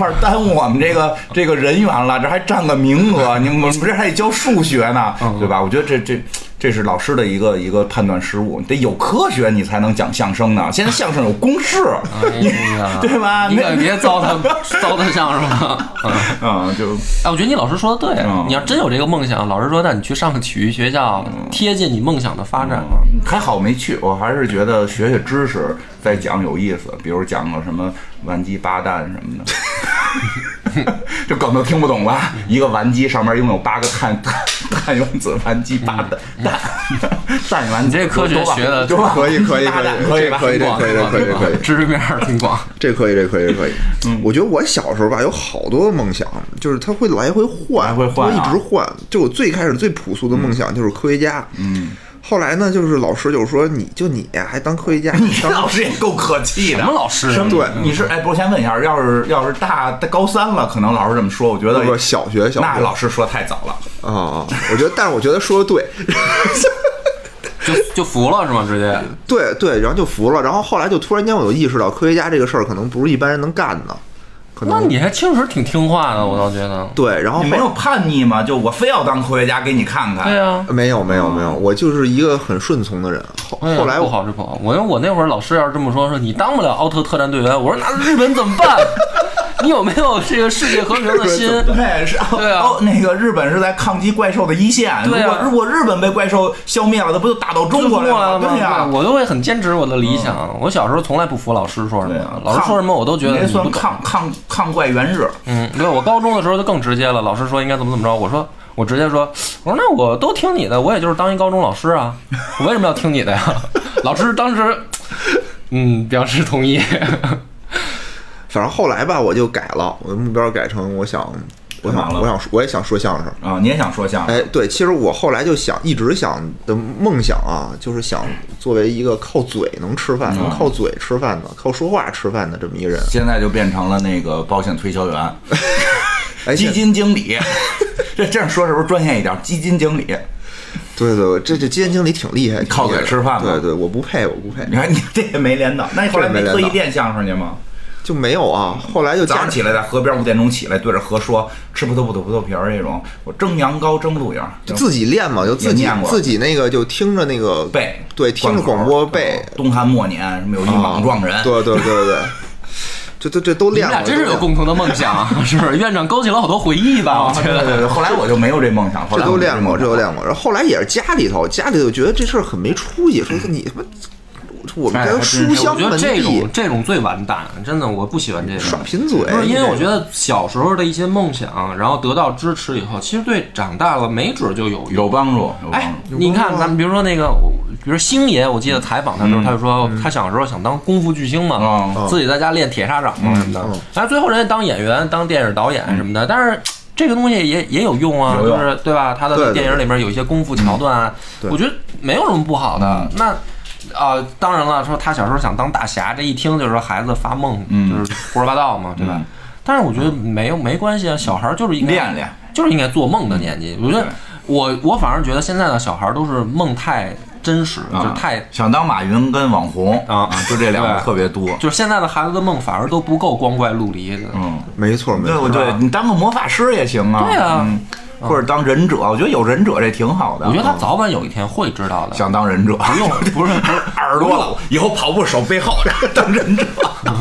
耽误我们这个这个人员了，这还占个名额，你们这还得教数学呢，对吧？我觉得这这。这是老师的一个一个判断失误，你得有科学你才能讲相声呢。现在相声有公式， 哎呀对吧？ 你可别糟蹋糟蹋相声了。 嗯, 嗯，就哎，我觉得你老师说的对，嗯、你要真有这个梦想，老师说，那你去上个体育学校，嗯、贴近你梦想的发展。 嗯、还好没去，我还是觉得学学知识再讲有意思，比如讲个什么顽鸡八蛋什么的。这梗都听不懂吧？一个顽鸡上面拥有八个碳碳碳原子，顽鸡八蛋蛋蛋原子。 你这科学学的可以可以可以可以可以这可以这可以可以， 知识面挺广。 这可以这可以这可以。嗯，我觉得我小时候吧有好多梦想，就是它会来回换， 来回换， 一直换。就我最开始最朴素的梦想就是科学家。 嗯。 后来呢，就是老师就说，你就你呀，还当科学家？ 你这老师也够客气的。 什么老师？ 对， 你是哎，不是先问一下，要是要是大高三了，可能老师这么说，我觉得不是小学小学那老师说太早了啊。我觉得，但是我觉得说的对， 就就服了是吗？直接对对，然后就服了。然后后来就突然间我就意识到，科学家这个事儿可能不是一般人能干的。 那你还确实挺听话的，我倒觉得。 对，然后你没有叛逆吗？就我非要当科学家给你看看。 对啊， 没有没有没有，我就是一个很顺从的人。后后来不好是不好，我我那会儿老师要是这么说，说你当不了奥特特战队员，我说那日本怎么办？你有没有这个世界和平的心？ 对，是对啊。 哦，那个日本是在抗击怪兽的一线。 对啊。 如果日本被怪兽消灭了，那不就打到中国来了吗？对呀。 我都会很坚持我的理想。我小时候从来不服老师说什么，老师说什么我都觉得你算抗抗抗怪援日。 嗯，对，我高中的时候就更直接了。老师说应该怎么怎么着，我说我直接说，我说那我都听你的，我也就是当一高中老师啊，我为什么要听你的呀？老师当时嗯表示同意。 反正后来吧，我就改了，我的目标改成我想，我想，我想，我也想说相声啊。你也想说相声？ 哎，对，其实我后来就想，一直想的梦想啊，就是想作为一个靠嘴能吃饭、能靠嘴吃饭的、靠说话吃饭的这么一个人。 现在就变成了那个保险推销员、 哎、 基金经理。这这样说是不是专业一点？基金经理。 对对，这这基金经理挺厉害， 靠嘴吃饭嘛。 对对，我不配，我不配。 你看你这也没连到，那你后来没特意练相声去吗？ 就没有啊，后来就早上起来在河边五点钟起来对着河说吃葡萄葡萄葡萄皮儿这种，我蒸羊羔蒸鹿样， 就自己练嘛，就自己自己那个就听着那个背， 对，听着广播背。 东汉末年什么有一莽撞人， 啊、对对对对。这这这都练了， 你们俩真是有共同的梦想，是不是？院长勾起了好多回忆吧？我觉得。 对对对，后来我就没有这梦想，后来这都练过，这都练过。然后后来也是家里头，家里头觉得这事儿很没出息，说你他妈。我们这书香门第， 我觉得这种这种最完蛋，真的，我不喜欢这种耍贫嘴。 不是因为我觉得小时候的一些梦想，然后得到支持以后，其实对长大了没准就有用有帮助。 哎，你看咱们比如说那个，比如星爷，我记得采访他的时候，他就说他小时候想当功夫巨星嘛，自己在家练铁砂掌嘛什么的。哎，最后人家当演员、当电影导演什么的，但是。这个东西也也有用啊，就是对吧？他的电影里面有一些功夫桥段啊，我觉得没有什么不好的。那啊、呃，当然了，说他小时候想当大侠，这一听就是说孩子发梦，就是胡说八道嘛，对吧？嗯、但是我觉得没有没关系啊，小孩就是应该练练， 就是应该做梦的年纪。我觉得我我反而觉得现在的小孩都是梦太真实， 啊、 就是太想当马云跟网红啊，就这两个特别多。 就是现在的孩子的梦反而都不够光怪陆离的。 嗯，没错没错。 对对，你当个魔法师也行啊。 对啊。 嗯或者当忍者，我觉得有忍者这挺好的。 我觉得他早晚有一天会知道的。 想当忍者， 不用，不是不是耳朵了，以后跑步手背后当忍者，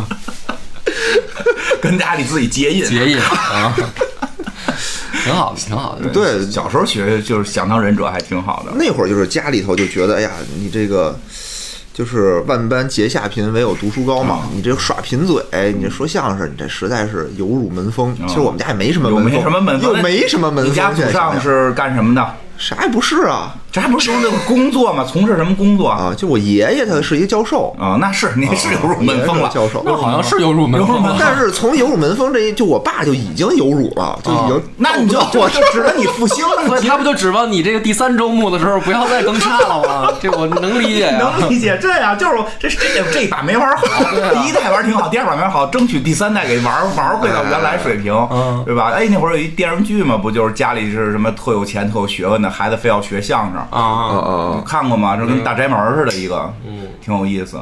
跟家里自己结印结印啊，挺好的，挺好的。 对， 小时候学就是想当忍者还挺好的。 那会儿就是家里头就觉得，哎呀，你这个。就是万般皆下品，唯有读书高嘛。嗯、你这耍贫嘴，你这说相声，你这实在是有辱门风。嗯、其实我们家也没什么门风， 没什么门风， 又没什么门风。 你家祖上是干什么的？ 啥也不是啊， 这还不是那个工作吗？从事什么工作啊？就我爷爷他是一个教授啊，那是你是有辱门风了， 教授那好像是有辱门风， 但是从有辱门风这一，就我爸就已经有辱了，就已经， 那你就我就指着你复兴了， 他不就指望你这个第三周目的时候不要再更差了吗？这我能理解， 能理解，这样就是这这这一把没玩好，第一代玩挺好，第二把没玩好，争取第三代给玩玩回到原来水平，对吧？哎，那会儿有一电视剧嘛，不就是家里是什么特有钱、特有学问的孩子非要学相声啊啊啊！ 看过吗？就跟大宅门似的一个，嗯，挺有意思。嗯，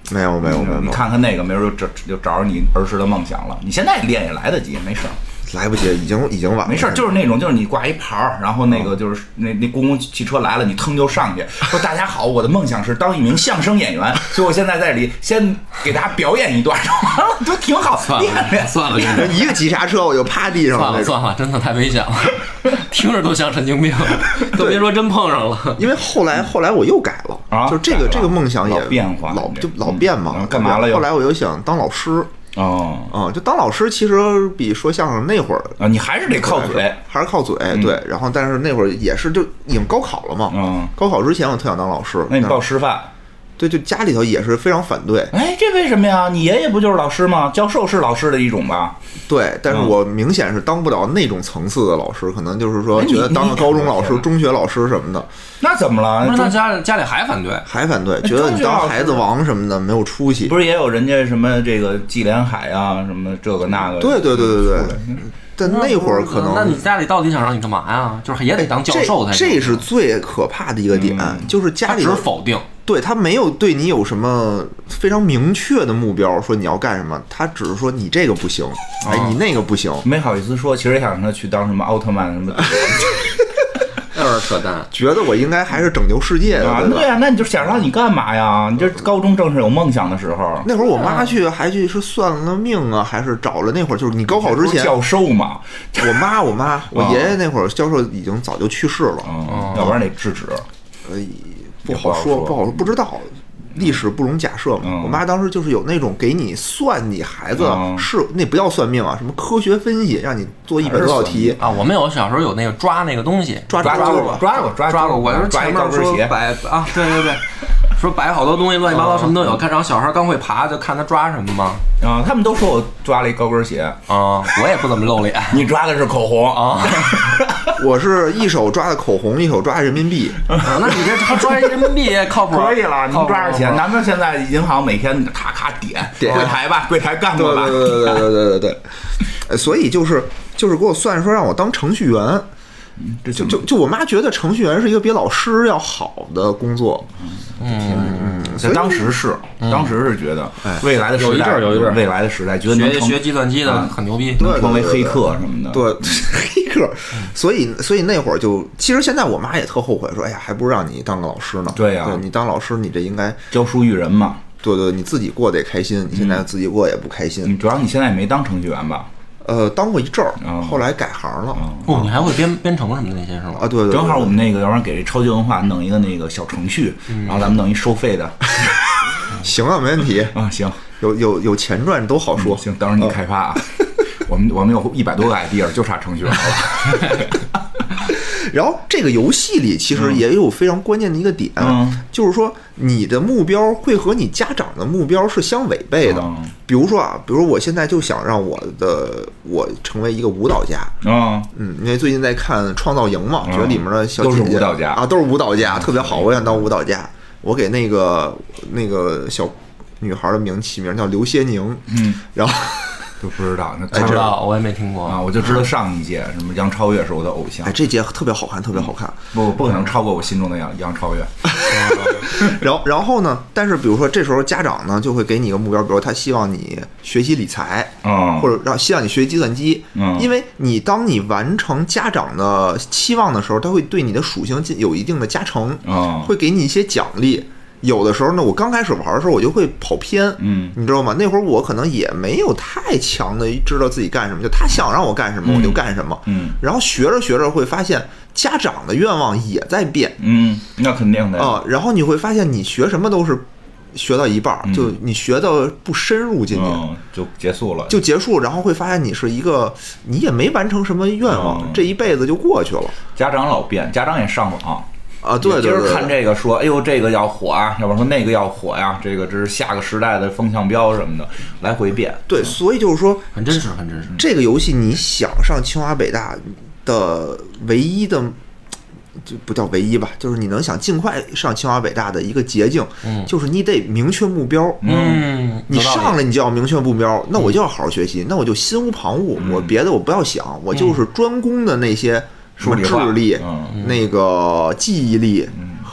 没有没有没有， 你看看那个，没准就找就找着你儿时的梦想了。你现在练也来得及，没事。 来不及，已经已经晚了。 没事，就是那种，就是你挂一牌儿，然后那个就是那那公共汽车来了，你腾就上去，说大家好，我的梦想是当一名相声演员，所以我现在在这里先给大家表演一段，完了就挺好。 算了算了， 一个急刹车我就趴地上了。 算了算了，真的太危险了，听着都像神经病，都别说真碰上了。 因为后来后来我又改了， 啊、 就这个这个梦想也老变化， 老就老变嘛。 嗯、干嘛了又？ 后来我又想当老师。 哦， 啊、嗯，就当老师其实比说相声那会儿啊，你还是得靠嘴， 还是靠嘴， 嗯、 对。然后，但是那会儿也是就已经高考了嘛， 嗯， 高考之前我特想当老师。 那你报师范？ 对，就家里头也是非常反对。 哎，这为什么呀？你爷爷不就是老师吗？教授是老师的一种吧？ 对，但是我明显是当不了那种层次的老师，可能就是说觉得当个高中老师、中学老师什么的。 那怎么了？ 那家家里还反对， 还反对，觉得你当孩子王什么的没有出息。 不是也有人家什么这个季连海啊，什么这个那个？ 对对对对对。但那会儿可能， 那你家里到底想让你干嘛呀？就是也得当教授才行。 这是最可怕的一个点， 嗯、 就是家里只是否定。 对他没有对你有什么非常明确的目标，说你要干什么，他只是说你这个不行，哎，你那个不行， 没好意思说，其实想让他去当什么奥特曼什么的。 有点扯淡， 觉得我应该还是拯救世界的， 啊，对呀、啊，那你就想让你干嘛呀？你这高中正是有梦想的时候。 那会儿我妈去还去是算了命啊，还是找了那会儿就是你高考之前教授嘛。 我妈我妈我爷爷那会儿教授已经早就去世了， 嗯，要不然得制止。 呃，不好说，不好说，不知道。历史不容假设嘛。 嗯、 我妈当时就是有那种给你算你孩子是、嗯、那不要算命啊，什么科学分析，让你做一百多道题啊。我们有小时候有那个抓那个东西， 抓抓抓过抓过抓抓过，我是前面说摆啊，对对对，说摆好多东西，乱七八糟什么都有。看，然后小孩刚会爬，就看他抓什么嘛。 啊，他们都说我抓了一高跟鞋啊，我也不怎么露脸。 你抓的是口红啊？ 我是一手抓的口红，一手抓人民币。 啊，那你这他抓人民币靠谱？ 可以了，能抓着钱。咱们现在银行每天咔咔点点柜台吧，柜台干过吧？ 对对对对对对对对。所以就是就是给我算说让我当程序员。 这就就就我妈觉得程序员是一个比老师要好的工作， 嗯，在当时是，当时是觉得未来的时代， 有一阵有一阵未来的时代觉得学学计算机的很牛逼， 能成为黑客什么的， 对黑客，所以所以那会儿就，其实现在我妈也特后悔，说哎呀，还不如让你当个老师呢， 对呀， 你当老师你这应该教书育人嘛， 对对，你自己过得也开心，你现在自己过也不开心， 主要你现在也没当程序员吧？ 呃，当过一阵儿，后来改行了。 哦，你还会编编程什么的那些是吗？ 啊，对对， 正好我们那个，要不然给这超级文化弄一个那个小程序，然后咱们弄一收费的。 行啊，没问题啊，行， 有有有钱赚都好说。 行，等会儿你开发啊。我们我们有一百多个 idea， 就差程序员了。 然后这个游戏里其实也有非常关键的一个点， 嗯、 就是说你的目标会和你家长的目标是相违背的。 嗯、 比如说啊，比如我现在就想让我的我成为一个舞蹈家。 嗯嗯，因为最近在看《创造营》嘛， 嗯、 觉得里面的小姐姐都是舞蹈家啊，都是舞蹈家，特别好。我想当舞蹈家，我给那个那个小女孩的名起名叫刘歇宁。 嗯， 然后。 就不知道，那不知道，我也没听过啊。我就知道上一届什么杨超越是我的偶像， 哎，这届特别好看，特别好看。 不，不可能超过我心中的杨杨超越。 然后，然后呢？但是比如说这时候家长呢就会给你一个目标，比如说他希望你学习理财， 嗯， 或者让希望你学习计算机， 嗯， 因为你当你完成家长的期望的时候，他会对你的属性有一定的加成， 嗯， 会给你一些奖励。有的时候呢，我刚开始玩的时候，我就会跑偏， 嗯， 你知道吗？那会儿我可能也没有太强的知道自己干什么，就他想让我干什么，我就干什么， 嗯， 然后学着学着会发现家长的愿望也在变， 嗯，那肯定的啊、呃。然后你会发现你学什么都是学到一半， 嗯、 就你学到不深入进去， 嗯，就结束了， 就结束，然后会发现你是一个你也没完成什么愿望， 嗯、 这一辈子就过去了。 家长老变，家长也上网。 啊，对对对， 今儿看这个说，哎呦，这个要火啊，要不然说那个要火呀，这个这是下个时代的风向标什么的，来回变。 对，所以就是说， 很真实，很真实。 这个游戏你想上清华北大的唯一的，就不叫唯一吧，就是你能想尽快上清华北大的一个捷径， 嗯， 就是你得明确目标。 嗯， 你上来你就要明确目标，那我就要好好学习，那我就心无旁骛， 嗯、 我别的我不要想，我就是专攻的那些。什么智力、 嗯、 那个记忆力、 嗯、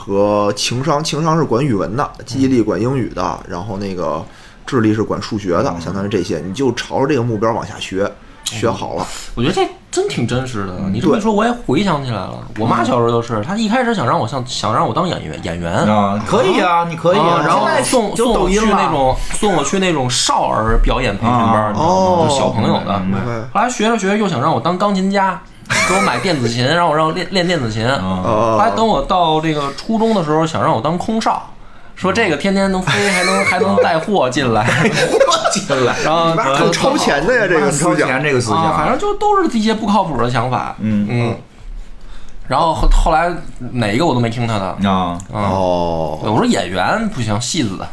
和情商，情商是管语文的，记忆力管英语的，然后那个智力是管数学的，相当于这些，你就朝着这个目标往下学，学好了。 我觉得这真挺真实的。你这么一说，我也回想起来了。我妈小时候就是，她一开始想让我像想让我当演员演员啊，可以啊，你可以啊。 然后送送我去那种送我去那种少儿表演培训班， 哦， 就小朋友的。后来学着学着又想让我当钢琴家。给我买电子琴，让我让我练练电子琴。后来等我到这个初中的时候，想让我当空少，说这个天天能飞，还能还能带货进来， 货进来， 然后很超前的呀，这个超前这个思想， 啊，反正就都是一些不靠谱的想法。 嗯嗯。然后后来哪一个我都没听他的啊哦， 我说演员不行，戏子。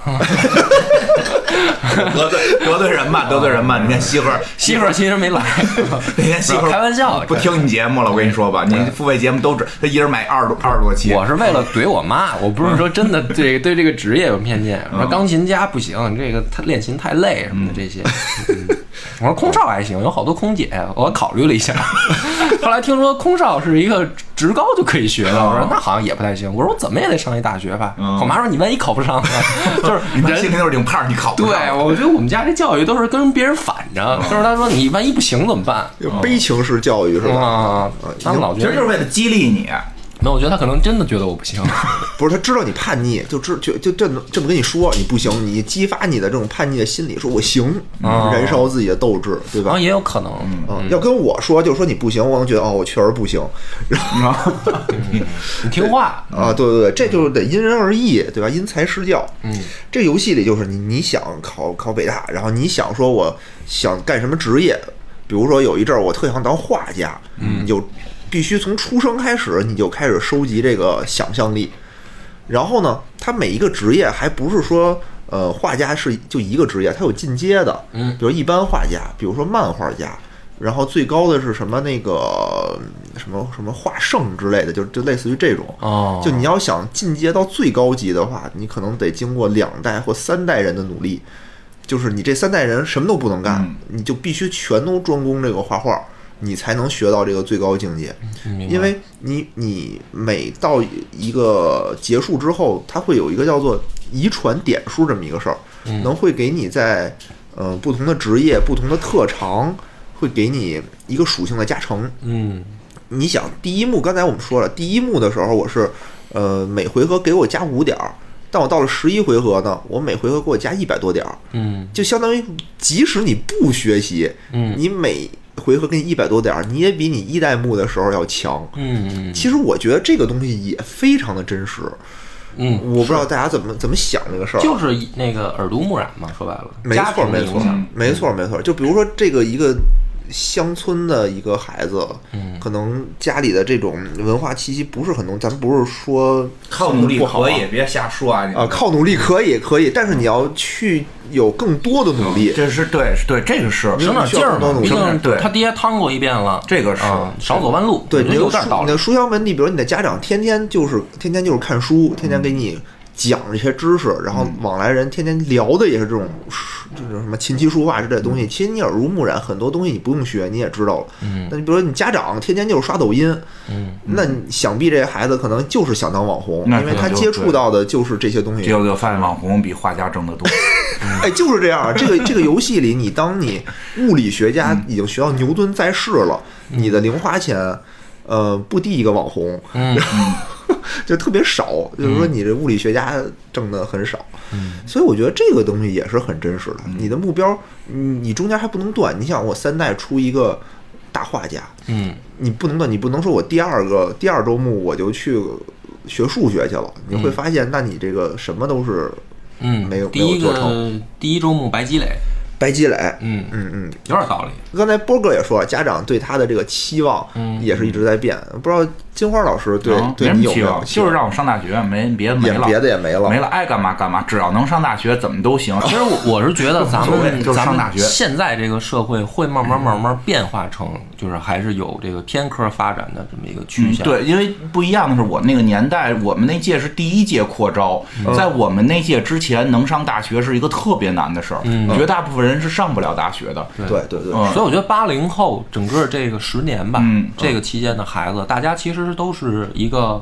得罪得罪人吧，得罪人吧！你看西河， 西河其实没来， 那天西河开玩笑， 不听你节目了。我跟你说吧，你付费节目都只他一人买二十二十多期。 我是为了怼我妈，我不是说真的对对这个职业有偏见。我说钢琴家不行，这个他练琴太累什么的这些。我说空少还行，有好多空姐，我考虑了一下。后来听说空少是一个职高就可以学的，我说那好像也不太行。我说我怎么也得上一大学吧。我妈说你万一考不上呢？就是你妈心里就是挺怕你考不上。 对，我觉得我们家这教育都是跟别人反着，就是他说你万一不行怎么办？ 悲情式教育是吧？ 啊，他们老觉得其实就是为了激励你。 没有，我觉得他可能真的觉得我不行。 不是，他知道你叛逆，就知就就这么这么跟你说你不行，你激发你的这种叛逆的心理，说我行， 哦、 燃烧自己的斗志，对吧？ 啊，也有可能。 嗯，要跟我说，就说你不行，我能觉得哦，我确实不行。然后你听话啊，对对对，这就是得因人而异，对吧？因材施教。 嗯， 这游戏里就是你你想考考北大，然后你想说我想干什么职业，比如说有一阵儿我特想当画家， 嗯， 你就必须从出生开始你就开始收集这个想象力。然后呢，它每一个职业还不是说呃画家是就一个职业，它有进阶的， 嗯， 比如一般画家，比如说漫画家，然后最高的是什么那个什么什么画圣之类的，就就类似于这种。 哦， 就你要想进阶到最高级的话，你可能得经过两代或三代人的努力，就是你这三代人什么都不能干， 嗯、 你就必须全都专攻这个画画，你才能学到这个最高境界。因为你你每到一个结束之后，它会有一个叫做遗传点数这么一个事儿， 嗯、 能会给你在呃不同的职业、不同的特长，会给你一个属性的加成。 嗯， 你想第一幕，刚才我们说了，第一幕的时候我是呃每回合给我加五点儿。但我到了十一回合呢，我每回合给我加一百多点儿， 嗯， 就相当于即使你不学习， 嗯， 你每回合给你一百多点儿，你也比你一代目的时候要强， 嗯， 其实我觉得这个东西也非常的真实， 嗯， 我不知道大家怎么怎么想这个事儿， 就是那个耳濡目染嘛，说白了， 没错没错没错没错，就比如说这个一个乡村的一个孩子， 嗯， 可能家里的这种文化气息不是很浓，咱不是说靠努力不好可以，别瞎说啊！ 啊，靠努力可以可以，但是你要去有更多的努力， 这是对对，这个是省点劲儿嘛，毕竟对他爹趟过一遍了， 这个是少走弯路， 对， 有点道理。 你的书香门第，比如你的家长天天就是天天就是看书，天天给你讲这些知识，然后往来人天天聊的也是这种，就是什么琴棋书画之类的东西。其实你耳濡目染，很多东西你不用学，你也知道了。 嗯， 那你比如说你家长天天就是刷抖音， 嗯， 那你想必这孩子可能就是想当网红，因为他接触到的就是这些东西。 结果就发现网红比画家挣得多。 哎，就是这样。这个这个游戏里，你当你物理学家已经学到牛顿在世了， 嗯、 你的零花钱，呃，不敌一个网红。 嗯。 就特别少，就是说你这物理学家挣的很少， 嗯， 所以我觉得这个东西也是很真实的。嗯、你的目标，你中间还不能断。你想，我三代出一个大画家， 嗯， 你不能断，你不能说我第二个第二周目我就去学数学去了，你会发现，那你这个什么都是， 嗯， 没有第一没有做成。 第一周目白积累。 白积累， 嗯嗯嗯， 有点道理。 刚才波哥也说了，家长对他的这个期望也是一直在变。嗯、不知道金花老师对、嗯、对你有没有？ 就是让我上大学，没别的没了， 别的也没了， 没了，爱干嘛干嘛，只要能上大学，怎么都行。 其实我是觉得咱们就是上大学， 现在这个社会会慢慢慢慢变化成，就是还是有这个偏科发展的这么一个趋向。 嗯、对，因为不一样的是，我那个年代，我们那届是第一届扩招，嗯、在我们那届之前，能上大学是一个特别难的事儿， 嗯、 绝大部分人是上不了大学的。 对对对， 嗯、所以我觉得八零后整个这个十年吧， 嗯、 这个期间的孩子，大家其实都是一个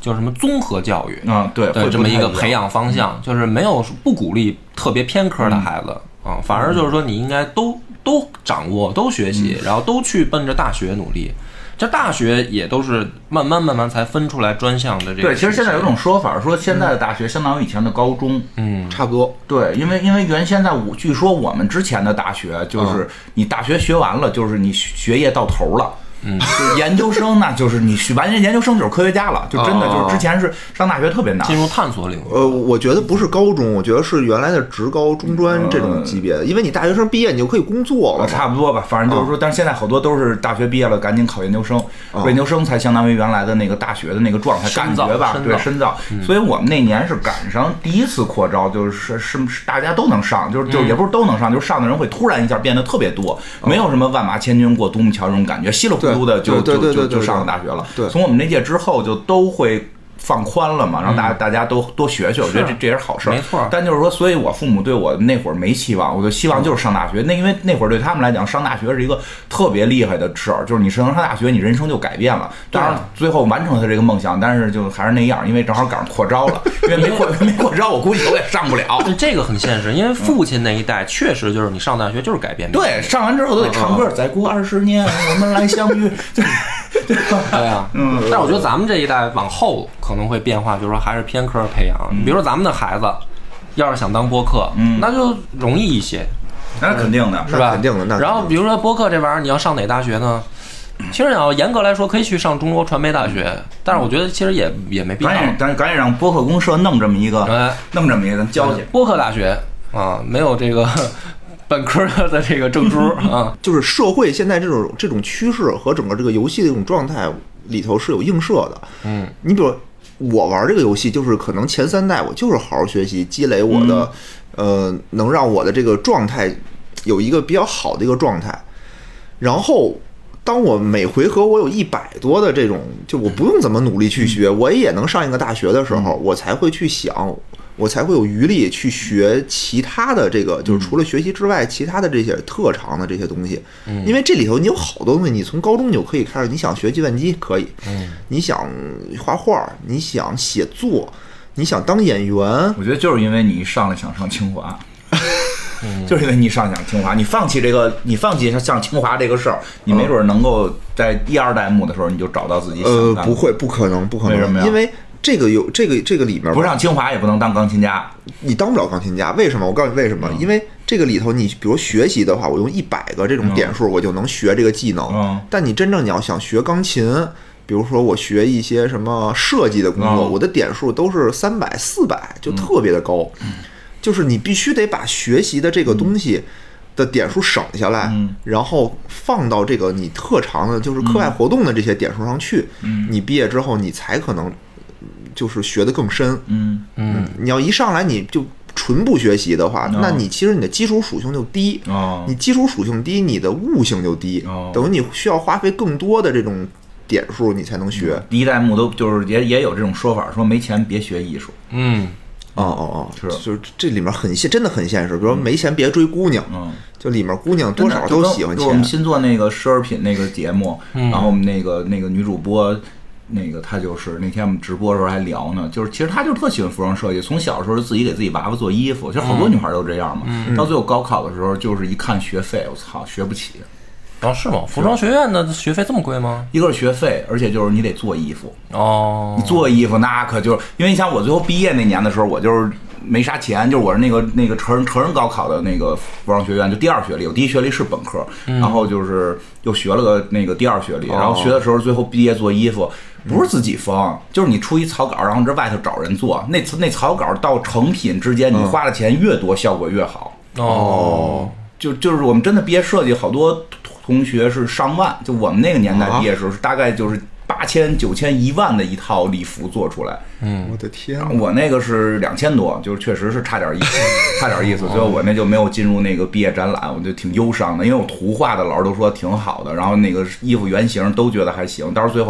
叫什么综合教育啊，对， 的这么一个培养方向，就是没有不鼓励特别偏科的孩子啊，反而就是说你应该都都掌握，都学习，然后都去奔着大学努力。这大学也都是慢慢慢慢才分出来专项的这个。 对，其实现在有种说法说，现在的大学相当于以前的高中， 嗯， 差不多。 对，因为因为原先在我据说我们之前的大学就是你大学学完了，就是你学业到头了。嗯，就研究生呢，就是你完全研究生就是科学家了，就真的就是之前是上大学特别难， 进入探索领域。 呃，我觉得不是高中，我觉得是原来的职高、中专这种级别的，因为你大学生毕业你就可以工作了， 差不多吧。反正就是说，但是现在好多都是大学毕业了赶紧考研究生，研究生才相当于原来的那个大学的那个状态感觉吧，对，深造。所以我们那年是赶上第一次扩招，就是是是大家都能上，就是就是也不是都能上，就是上的人会突然一下变得特别多，没有什么万马千军过独木桥这种感觉，稀里糊涂的就就就就就上了大学了。 对， 从我们那届之后就都会放宽了嘛，让大家、嗯、大家都多学学，我觉得这这也是好事， 没错。 但就是说，所以我父母对我那会儿没期望，我就希望就是上大学。那因为那会儿对他们来讲，上大学是一个特别厉害的事儿，就是你上上大学，你人生就改变了。当然，最后完成了他这个梦想，但是就还是那样，因为正好赶上扩招了，因为没扩没扩招，我估计我也上不了。 这个很现实，因为父亲那一代确实就是你上大学就是改变。 对，上完之后都得唱歌，再过二十年我们来相遇。 对啊，嗯，但是我觉得咱们这一代往后可能会变化，就是说还是偏科培养。嗯、比如说咱们的孩子，要是想当播客，嗯，那就容易一些， 那肯定的， 是吧？ 肯定的。那然后比如说播客这玩意儿，你要上哪大学呢？其实你要严格来说，可以去上中国传媒大学，但是我觉得其实也也没必要。 赶紧赶紧赶紧让播客公社弄这么一个，哎、弄这么一个交去。 播客大学啊，没有这个。本科的这个证书啊， 就是社会现在这种这种趋势和整个这个游戏的这种状态里头是有映射的。 嗯， 你比如我玩这个游戏，就是可能前三代我就是好好学习，积累我的、嗯、呃，能让我的这个状态有一个比较好的一个状态。然后，当我每回合我有一百多的这种，就我不用怎么努力去学，我也能上一个大学的时候，我才会去想。我才会有余力去学其他的这个，就是除了学习之外，其他的这些特长的这些东西。因为这里头你有好多东西，你从高中你就可以开始。你想学计算机可以，你想画画，你想写作，你想当演员。 我觉得就是因为你上来想上清华。就是因为你上想清华，你放弃这个，你放弃上清华这个事儿，你没准能够在一二代目的时候你就找到自己想干的。 呃，不会，不可能，不可能。 为什么呀？ 因为这个有这个这个里面不上清华也不能当钢琴家， 你当不了钢琴家。为什么？我告诉你为什么？嗯、因为这个里头，你比如学习的话，我用一百个这种点数，我就能学这个技能。 嗯、 但你真正你要想学钢琴，比如说我学一些什么设计的工作，嗯、我的点数都是三百、四百，就特别的高。嗯、就是你必须得把学习的这个东西的点数省下来， 嗯、 然后放到这个你特长的，就是课外活动的这些点数上去。 嗯、 你毕业之后，你才可能。就是学得更深， 嗯嗯， 你要一上来你就纯不学习的话， no. 那你其实你的基础属性就低， 哦， 你基础属性低，你的悟性就低， 哦， 等于你需要花费更多的这种点数你才能学。 嗯、第一代目都就是也也有这种说法，说没钱别学艺术， 嗯， 哦哦哦， 是， 就是这里面很现，真的很现实。比如说没钱别追姑娘， 嗯， 就里面姑娘多少都喜欢钱。 我们新做那个奢侈品那个节目， 嗯、 然后我们那个那个女主播。那个他就是那天我们直播的时候还聊呢，就是其实他就是特喜欢服装设计，从小的时候就自己给自己娃娃做衣服，其实好多女孩都这样嘛。 嗯、 到最后高考的时候，就是一看学费，我操，学不起。 啊，是吗？服装学院的学费这么贵吗？ 一个是学费，而且就是你得做衣服。 哦， 你做衣服那可就是因为你想我最后毕业那年的时候，我就是没啥钱，就是我是那个那个成人成人高考的那个服装学院，就第二学历，我第一学历是本科， 嗯、 然后就是又学了个那个第二学历，然后学的时候最后毕业做衣服。不是自己缝，就是你出一草稿，然后这外头找人做。那那草稿到成品之间，你花的钱越多，效果越好。 哦， 就就是我们真的毕业设计，好多同学是上万。就我们那个年代毕业的时候，是大概就是八千、九千、一万的一套礼服做出来。 嗯， 我的天！ 我那个是两千多，就是确实是差点意思，差点意思。最后我那就没有进入那个毕业展览，我就挺忧伤的，因为我图画的老师都说挺好的，然后那个衣服原型都觉得还行，到时候最后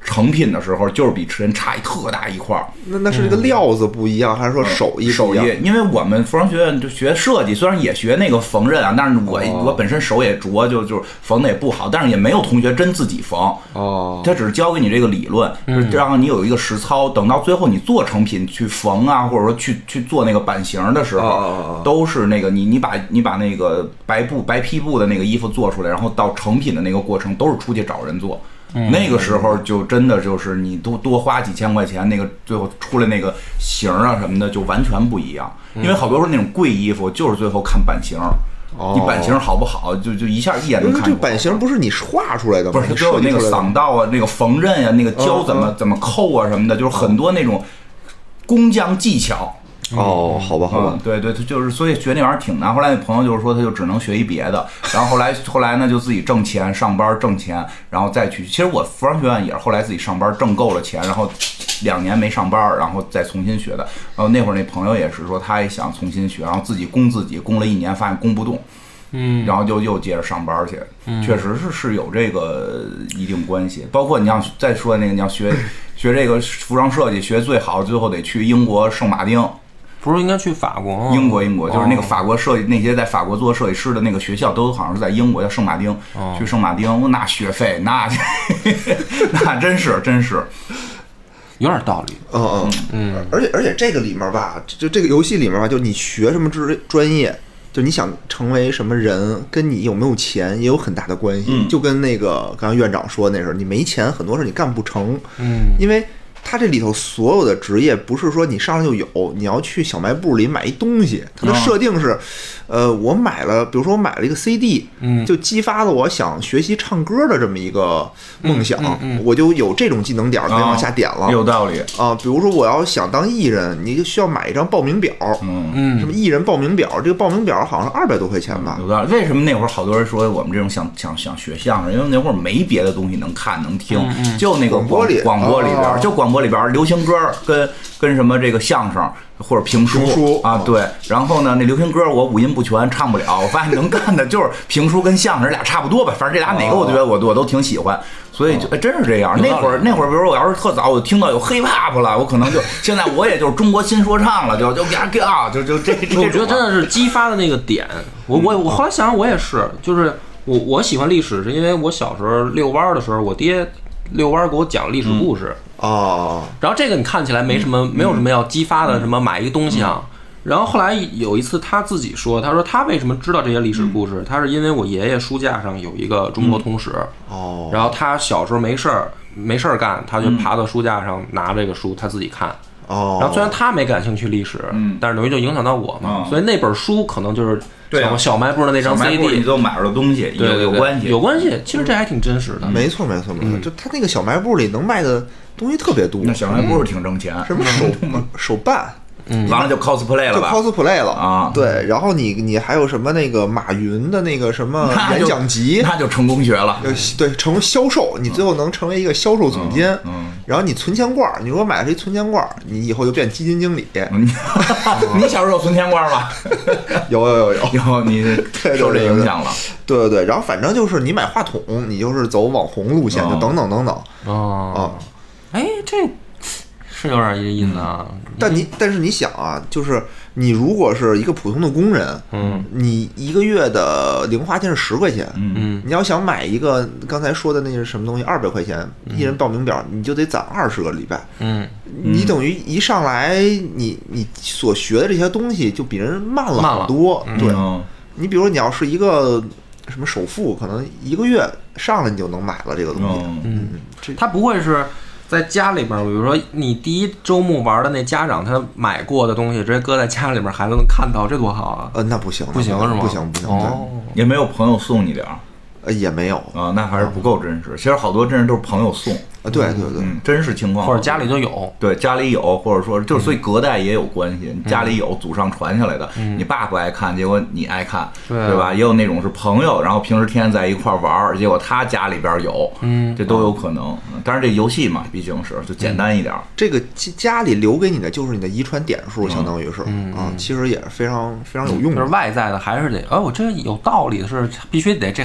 成品的时候，就是比人差一特大一块儿。 那那是这个料子不一样，还是说手艺手艺？因为我们服装学院就学设计，虽然也学那个缝纫啊，但是我、哦、我本身手也拙，就就缝的也不好，但是也没有同学真自己缝。 哦， 他只是教给你这个理论， 嗯、 让你有一个实操。等到最后你做成品去缝啊，或者说去去做那个版型的时候， 哦、 都是那个你你把你把那个白布白坯布的那个衣服做出来，然后到成品的那个过程都是出去找人做。 嗯、 那个时候就真的就是你多多花几千块钱，那个最后出来那个型啊什么的就完全不一样。因为好多时候那种贵衣服就是最后看版型， 哦、 你版型好不好，就就一下一眼能看出来。 这版型不是你画出来的吗？ 不是，它都有那个嗓道啊，那个缝纫啊，那个胶怎么、哦、怎么扣啊什么的，就是很多那种工匠技巧。 哦，好吧，好吧， 嗯、对对，他就是，所以学那玩意儿挺难。后来那朋友就是说，他就只能学一别的，然后后来后来呢，就自己挣钱，上班挣钱，然后再去。其实我服装学院也是后来自己上班挣够了钱，然后两年没上班，然后再重新学的。然后那会儿那朋友也是说，他也想重新学，然后自己供自己，供了一年，发现供不动， 嗯， 然后就又接着上班去。嗯、确实是是有这个一定关系。包括你要再说那个，你要学学这个服装设计，学最好，最后得去英国圣马丁。 不是应该去法国吗？ 英国，英国就是那个法国设计，那些在法国做设计师的那个学校，都好像是在英国，叫圣马丁。 哦、 去圣马丁，那学费那那真是真是有点道理。 嗯嗯嗯。而且而且这个里面吧，就这个游戏里面吧，就你学什么专专业，就你想成为什么人，跟你有没有钱也有很大的关系。 嗯、 就跟那个刚才院长说那时候，你没钱，很多事你干不成。 嗯， 因为。它这里头所有的职业不是说你上来就有，你要去小卖部里买一东西，它的设定是，呃，我买了，比如说我买了一个 C D， 嗯， 就激发了我想学习唱歌的这么一个梦想， 嗯嗯嗯、 我就有这种技能点可以往下点了， 哦、有道理啊。比如说我要想当艺人，你就需要买一张报名表， 嗯嗯， 什么艺人报名表，这个报名表好像二百多块钱吧。 有道理。为什么那会儿好多人说我们这种想想想学相声？因为那会儿没别的东西能看能听， 嗯嗯、 就那个广播里广播里边，哦、就广播里边流行歌。歌跟跟什么这个相声或者评书, 评书啊，对，然后呢，那流行歌我五音不全唱不了，我发现能干的就是评书跟相声俩差不多吧，反正这俩哪个我觉得我我都挺喜欢，所以就、哎、真是这样。那会儿那会儿，比如说我要是特早我听到有 hip hop 了，我可能就现在我也就是中国新说唱了，就就呀啊，就就这这。 我觉得真的是激发的那个点。我我我后来想想，我也是，就是我我喜欢历史，是因为我小时候遛弯的时候，我爹遛弯给我讲历史故事。 嗯哦， 然后这个你看起来没什么，嗯、没有什么要激发的，什么买一个东西啊。嗯、然后后来有一次他自己说，他说他为什么知道这些历史故事，嗯、他是因为我爷爷书架上有一个中国通史。 哦、 嗯，然后他小时候没事儿没事儿干，他就爬到书架上拿这个书，他自己看。 哦， 然后虽然他没感兴趣历史， 嗯， 但是等于就影响到我嘛， 哦、 所以那本书可能就是对啊， 小卖部的那张 C D， 你都买着的东西， 对对对， 有关系， 有关系。其实这还挺真实的。 没错没错没错，就他那个小卖部里能卖的东西特别多。 那小卖部是挺挣钱， 什么手手办。 嗯， 完了就 cosplay 了吧？ 就 cosplay 了啊！ 对，然后你你还有什么那个马云的那个什么演讲集， 那就成功学了。 对，成为销售，你最后能成为一个销售总监。 嗯，嗯然后你存钱罐，你如果买了一存钱罐，你以后就变基金经理。 嗯、你小时候有存钱罐吗？ 有有有有有，你受这影响了。 对对对，然后反正就是你买话筒，你就是走网红路线，就等等等等。 哦，哎，这。是有点意思啊， 但你但是你想啊，就是你如果是一个普通的工人， 嗯， 你一个月的零花钱是十块钱， 嗯， 你要想买一个刚才说的那是什么东西，二百块钱，一人报名表，你就得攒二十个礼拜， 嗯， 你等于一上来，你你所学的这些东西就比人慢了好多， 嗯、 对， 嗯、 你比如你要是一个什么首付，可能一个月上来你就能买了这个东西， 嗯，嗯这他不会是。在家里边，比如说你第一周末玩的那家长他买过的东西，直接搁在家里边，孩子能看到，这多好啊！ 呃，那不行， 不行是吗？ 不行不行， 哦， 也没有朋友送你点儿， 呃，也没有啊，那还是不够真实。其实好多真是都是朋友送。 啊，对对对、 嗯，真实情况， 或者家里就有， 对，家里有，或者说就是，所以隔代也有关系。 嗯、 家里有祖上传下来的， 嗯、 你爸不爱看，结果你爱看， 对、啊、 对吧？也有那种是朋友，然后平时天天在一块玩，结果他家里边有， 嗯， 这都有可能。但是这游戏嘛，毕竟是就简单一点。 嗯、这个家里留给你的就是你的遗传点数，相当于是、 嗯、 啊，其实也是非常非常有用的。 就是外在的还是得，哎，我这有道理的是，必须得这孩子自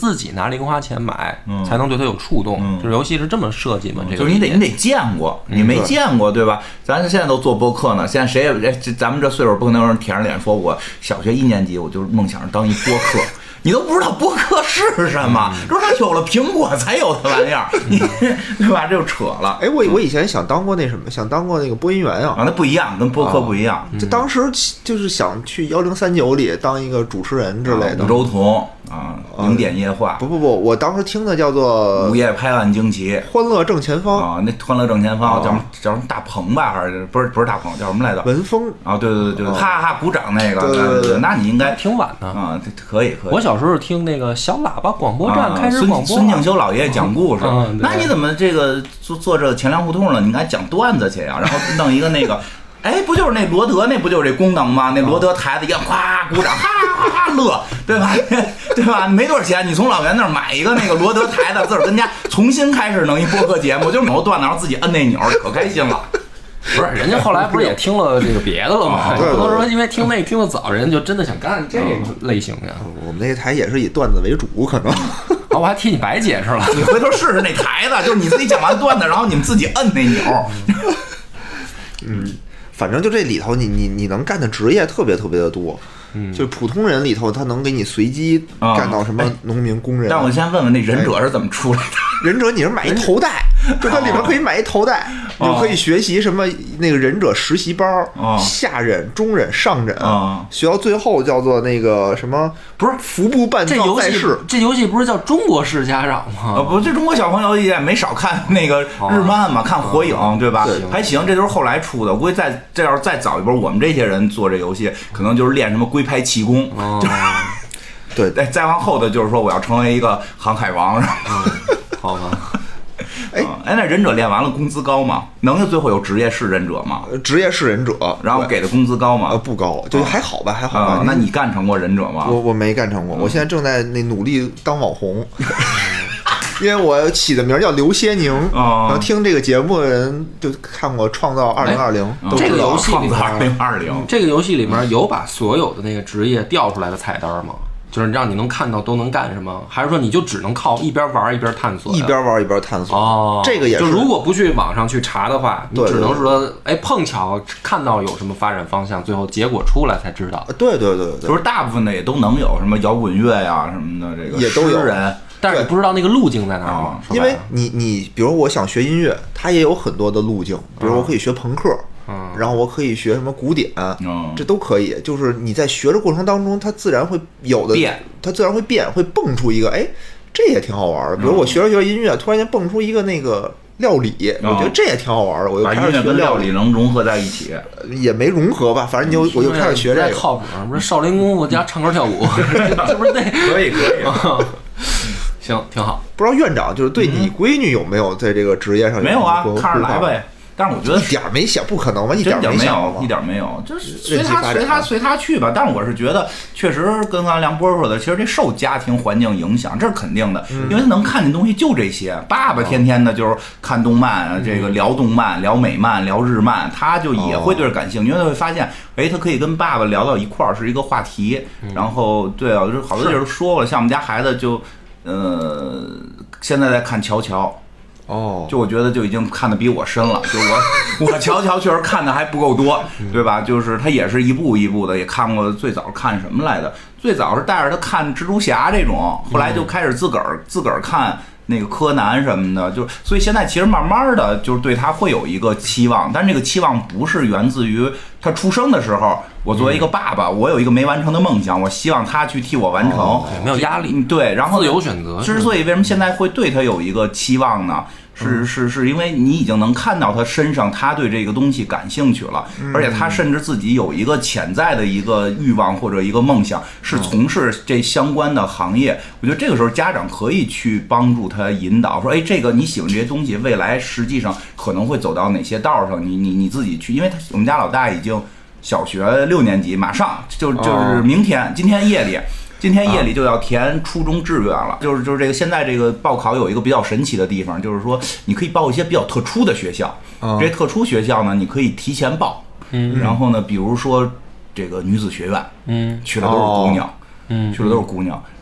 自己拿零花钱买， 嗯、 才能对它有触动。嗯、就是游戏是这么设计嘛？ 嗯、 这个就是你得你得见过，你没见过、嗯、对吧？咱现在都做播客呢，现在谁也咱们这岁数不可能有人舔着脸说我小学一年级我就是梦想着当一播客。你都不知道播客是什么，说他有了苹果才有的玩意儿，你对吧？这就扯了。 哎，我我以前想当过那什么，想当过那个播音员啊。 啊，那不一样，跟播客不一样。 就、啊、当时就是想去幺零三九里当一个主持人之类的。 五洲同啊，零点夜话。 不不不，我当时听的叫做午夜拍案惊奇， 欢乐正前方啊，那欢乐正前方叫什么叫什么大鹏吧，还是不是不是大鹏，叫什么来着？ 文峰啊，对对对对，哈哈鼓掌那个， 对对对， 那你应该挺晚的啊，可以可以。 我小时候听那个小喇叭广播站开始广播， 孙敬修老爷爷讲故事， 嗯、 那你怎么这个做做这钱粮胡同了？你应该讲段子去呀，然后弄一个那个。哎，不就是那罗德那不就是这功能吗？那罗德台子一样，夸鼓掌，哈哈哈乐，对吧？对吧？没多少钱，你从老袁那儿买一个那个罗德台子，自个儿跟家重新开始弄一播客节目，就是某段子，然后自己摁那钮，可开心了。 不是，人家后来不是也听了这个别的了吗？不能说因为听那听得早，人就真的想干这个类型的。 我们那台也是以段子为主，可能。 啊，我还替你白解释了。 你回头试试那台子，就是你自己讲完段子，然后你们自己摁那钮。 嗯。反正就这里头你，你你你能干的职业特别特别的多，嗯，就是普通人里头，他能给你随机干到什么农民、工人。 但我先问问，那忍者是怎么出来的？ 忍者你是买一头带，就它里面可以买一头带，你可以学习什么那个忍者实习班，下忍、中忍、上忍，学到最后叫做那个什么？ 不是服部半藏在世。 这游戏不是叫中国式家长吗？ 呃，不，这中国小朋友也没少看那个日漫嘛，看火影，对吧？还行，这都是后来出的。我估计再这要是再早一波，我们这些人做这游戏，可能就是练什么龟派气功，就对， 再再往后的就是说我要成为一个航海王，是吧？ 好吧。 哎哎，那忍者练完了工资高吗？能最后有职业是忍者吗？ 职业是忍者， 然后给的工资高吗？ 呃，不高，就还好吧，还好吧。 啊、那你干成过忍者吗？ 我我没干成过，我现在正在那努力当网红。因为我起的名叫刘歇宁， 然后听这个节目的人就看过《创造二零二零》， 这个游戏里面，二零二零这个游戏里面有把所有的那个职业调出来的菜单吗？就是让你能看到都能干什么，还是说你就只能靠一边玩一边探索？ 一边玩一边探索。 哦， 这个也是。 就如果不去网上去查的话，你只能说，哎，碰巧看到有什么发展方向，最后结果出来才知道。 对对对对， 就是大部分的也都能有什么摇滚乐呀什么的，这个也都有人。 但是你不知道那个路径在哪儿吗？ 因为你你比如我想学音乐，它也有很多的路径，比如我可以学朋克，嗯，然后我可以学什么古典，嗯，这都可以。就是你在学的过程当中，它自然会有的变， 它自然会变，会蹦出一个，哎，这也挺好玩的。比如我学着学着音乐，突然间蹦出一个那个料理，我觉得这也挺好玩的。我就开始学料理能融合在一起， 也没融合吧，反正就我就开始学这个。 靠谱，不是少林功夫加唱歌跳舞，是不是那可以可以。 行，挺好。 不知道院长就是对你闺女有没有在这个职业上有没有啊？看着来呗。但是我觉得一点没想，不可能吧？一点没有， 一点没有，就是随他随他随他去吧。但是我是觉得，确实跟刚才梁波说的，其实这受家庭环境影响，这是肯定的，因为他能看见东西就这些。爸爸天天的就是看动漫，这个聊动漫、聊美漫、聊日漫，他就也会对这感兴趣，因为他会发现，哎，他可以跟爸爸聊到一块儿是一个话题。然后，对啊，就好多地儿都说过了，像我们家孩子就。呃，现在在看乔乔， 哦， 就我觉得就已经看得比我深了，就我我乔乔确实看的还不够多，对吧？就是他也是一步一步的，也看过最早看什么来的，最早是带着他看蜘蛛侠这种，后来就开始自个儿自个儿看那个柯南什么的，就所以现在其实慢慢的就是对他会有一个期望，但这个期望不是源自于他出生的时候，我作为一个爸爸，我有一个没完成的梦想，我希望他去替我完成， 哦、没有压力， 对，然后自由选择。 之所以为什么现在会对他有一个期望呢？是是是因为你已经能看到他身上，他对这个东西感兴趣了，而且他甚至自己有一个潜在的一个欲望或者一个梦想，是从事这相关的行业。我觉得这个时候家长可以去帮助他引导，说，哎，这个你喜欢这些东西，未来实际上可能会走到哪些道上，你你你自己去，因为他我们家老大已经小学六年级，马上就就是明天，今天夜里。今天夜里就要填初中志愿了，就是就是这个现在这个报考有一个比较神奇的地方，就是说你可以报一些比较特殊的学校，这些特殊学校呢，你可以提前报，嗯，然后呢，比如说这个女子学院，嗯，去的都是姑娘，嗯，去的都是姑娘，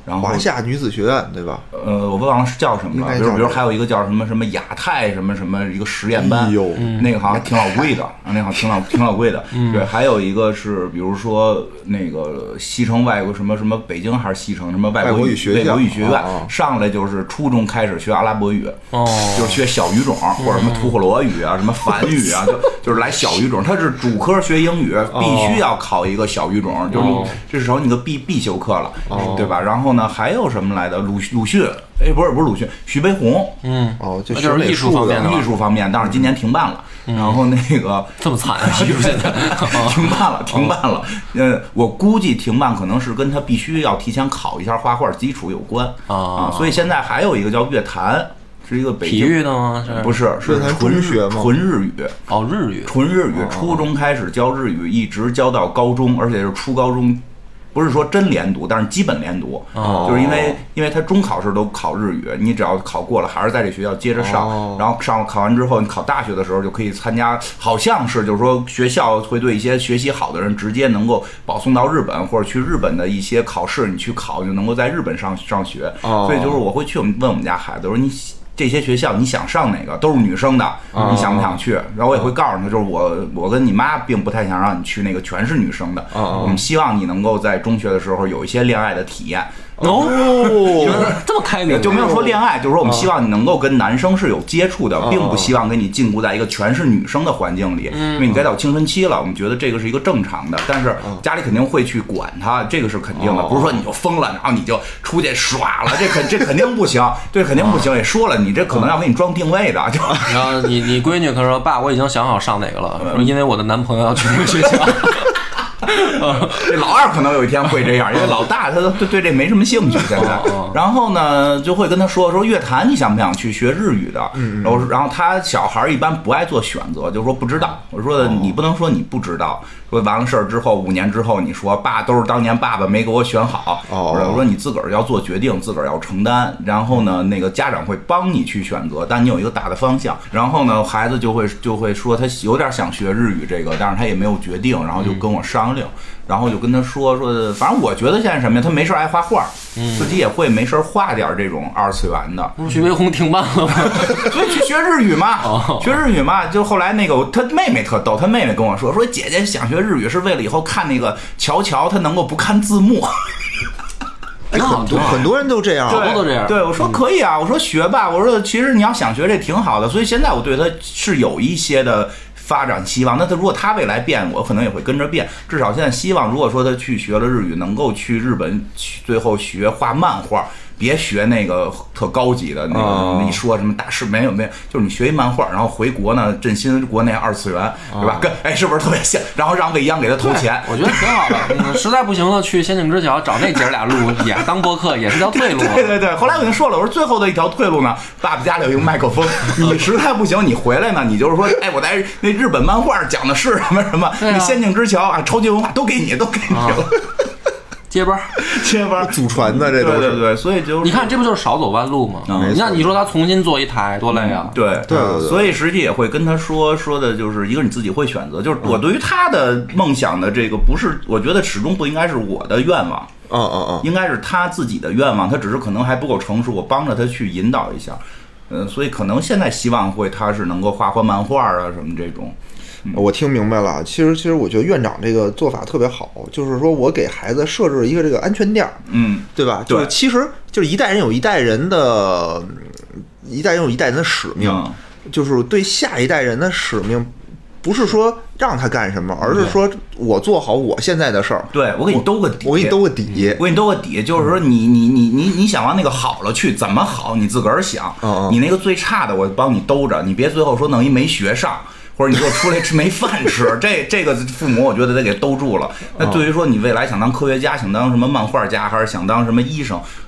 然后华夏女子学院对吧？ 呃，我忘了是叫什么了。比如比如还有一个叫什么什么亚太什么什么一个实验班， 哎呦那个好像挺老贵的，那个好像挺老挺老贵的。对，还有一个是比如说那个西城外国什么什么北京还是西城什么外国语学外国语学院， 哦哦上来就是初中开始学阿拉伯语， 哦， 就是学小语种或者什么吐火罗语啊，什么梵语啊，就就是来小语种。它是主科学英语，必须要考一个小语种，就是这是成你个必必修课了，对吧？然后呢，还有什么来的？鲁鲁迅，哎，不是不是鲁迅，徐悲鸿， 嗯， 哦，就就是艺术方面的艺术方面，但是今年停办了。然后那个这么惨啊，艺术现在停办了，停办了。呃，我估计停办可能是跟他必须要提前考一下画画基础有关啊。所以现在还有一个叫乐坛。是一个北京体育的吗？ 不是，是纯学吗？ 纯日语哦，日语， 纯日语，初中开始教日语，一直教到高中，而且是初高中，不是说真连读，但是基本连读， 哦、 就是因为因为他中考试都考日语，你只要考过了，还是在这学校接着上， 哦、 然后上考完之后，你考大学的时候就可以参加，好像是就是说学校会对一些学习好的人直接能够保送到日本，或者去日本的一些考试，你去考就能够在日本上上学， 哦、 所以就是我会去我们问我们家孩子，我说你。这些学校你想上哪个？都是女生的， 哦、 你想不想去？然后我也会告诉他，就是我我跟你妈并不太想让你去那个全是女生的， 哦、 我们希望你能够在中学的时候有一些恋爱的体验。 哦，这么开明， 就没有说恋爱，就是说我们希望你能够跟男生是有接触的，并不希望给你禁锢在一个全是女生的环境里，因为你该到青春期了，我们觉得这个是一个正常的，但是家里肯定会去管他，这个是肯定的，不是说你就疯了，然后你就出去耍了，这肯这肯定不行，对，肯定不行，也说了，你这可能要给你装定位的，就然后你你闺女可能说爸，我已经想好上哪个了，说因为我的男朋友要去那个学校。 这老二可能有一天会这样，因为老大他对对这没什么兴趣现在。然后呢，就会跟他说说乐坛你想不想去学日语的？然后然后他小孩一般不爱做选择，就说不知道。我说你不能说你不知道，说完了事儿之后五年之后你说爸都是当年爸爸没给我选好。我说你自个儿要做决定，自个儿要承担。然后呢，那个家长会帮你去选择，但你有一个大的方向。然后呢，孩子就会就会说他有点想学日语这个，但是他也没有决定，然后就跟我商量。然后就跟他说说，反正我觉得现在什么呀，他没事爱画画，嗯、自己也会没事画点这种二次元的。 徐悲鸿停办了吗？ 所以去学日语嘛， 哦、 学日语嘛。就后来那个他妹妹特逗，他妹妹跟我说说，姐姐想学日语是为了以后看那个乔乔，他能够不看字幕。 哎，很多很多人都这样， 好多都这样。 对，我说可以啊，我说学吧，我说其实你要想学这挺好的，所以现在我对他是有一些的发展希望。那他如果他未来变，我可能也会跟着变。至少现在希望，如果说他去学了日语，能够去日本去最后学画漫画。别学那个特高级的那个， 哦、 一说什么大师没有没有，就是你学一漫画，然后回国呢振兴国内二次元， 哦、 对吧？跟哎是不是特别像？然后让未央给他投钱， 我觉得挺好的。嗯、实在不行了，去仙境之桥找那姐俩录也当播客，也是条退路。 对对对，后来我跟你说了，我说最后的一条退路呢，爸爸家里有一个麦克风，你实在不行，你回来呢，你就是说，哎，我在那日本漫画讲的是什么什么，那、啊、仙境之桥啊，超级文化都给你，都给你了。啊接班， 接班， 祖传的这都是。 对对对，所以就是你看，这不就是少走弯路吗？ 嗯、 你看，你说他重新做一台多累啊！ 嗯、对对对对， 所以实际也会跟他说说的，就是一个你自己会选择，就是我对于他的梦想的这个不是，我觉得始终不应该是我的愿望， 嗯嗯嗯， 应该是他自己的愿望，他只是可能还不够成熟，我帮着他去引导一下，嗯，所以可能现在希望会他是能够画画漫画啊什么这种。 我听明白了，其实其实我觉得院长这个做法特别好，就是说我给孩子设置一个这个安全垫， 嗯， 对吧？就是其实就是一代人有一代人的，一代人有一代人的使命， 嗯、 就是对下一代人的使命，不是说让他干什么，而是说我做好我现在的事儿。 对，我给你兜个底， 我给你兜个底， 我给你兜个底，就是说你你你你你想往那个好了去，怎么好你自个儿想， 嗯、 你那个最差的我帮你兜着，你别最后说弄一没学上。或者你给我出来吃没饭吃，这这个父母我觉得得给兜住了。那对于说你未来想当科学家，想当什么漫画家，还是想当什么医生，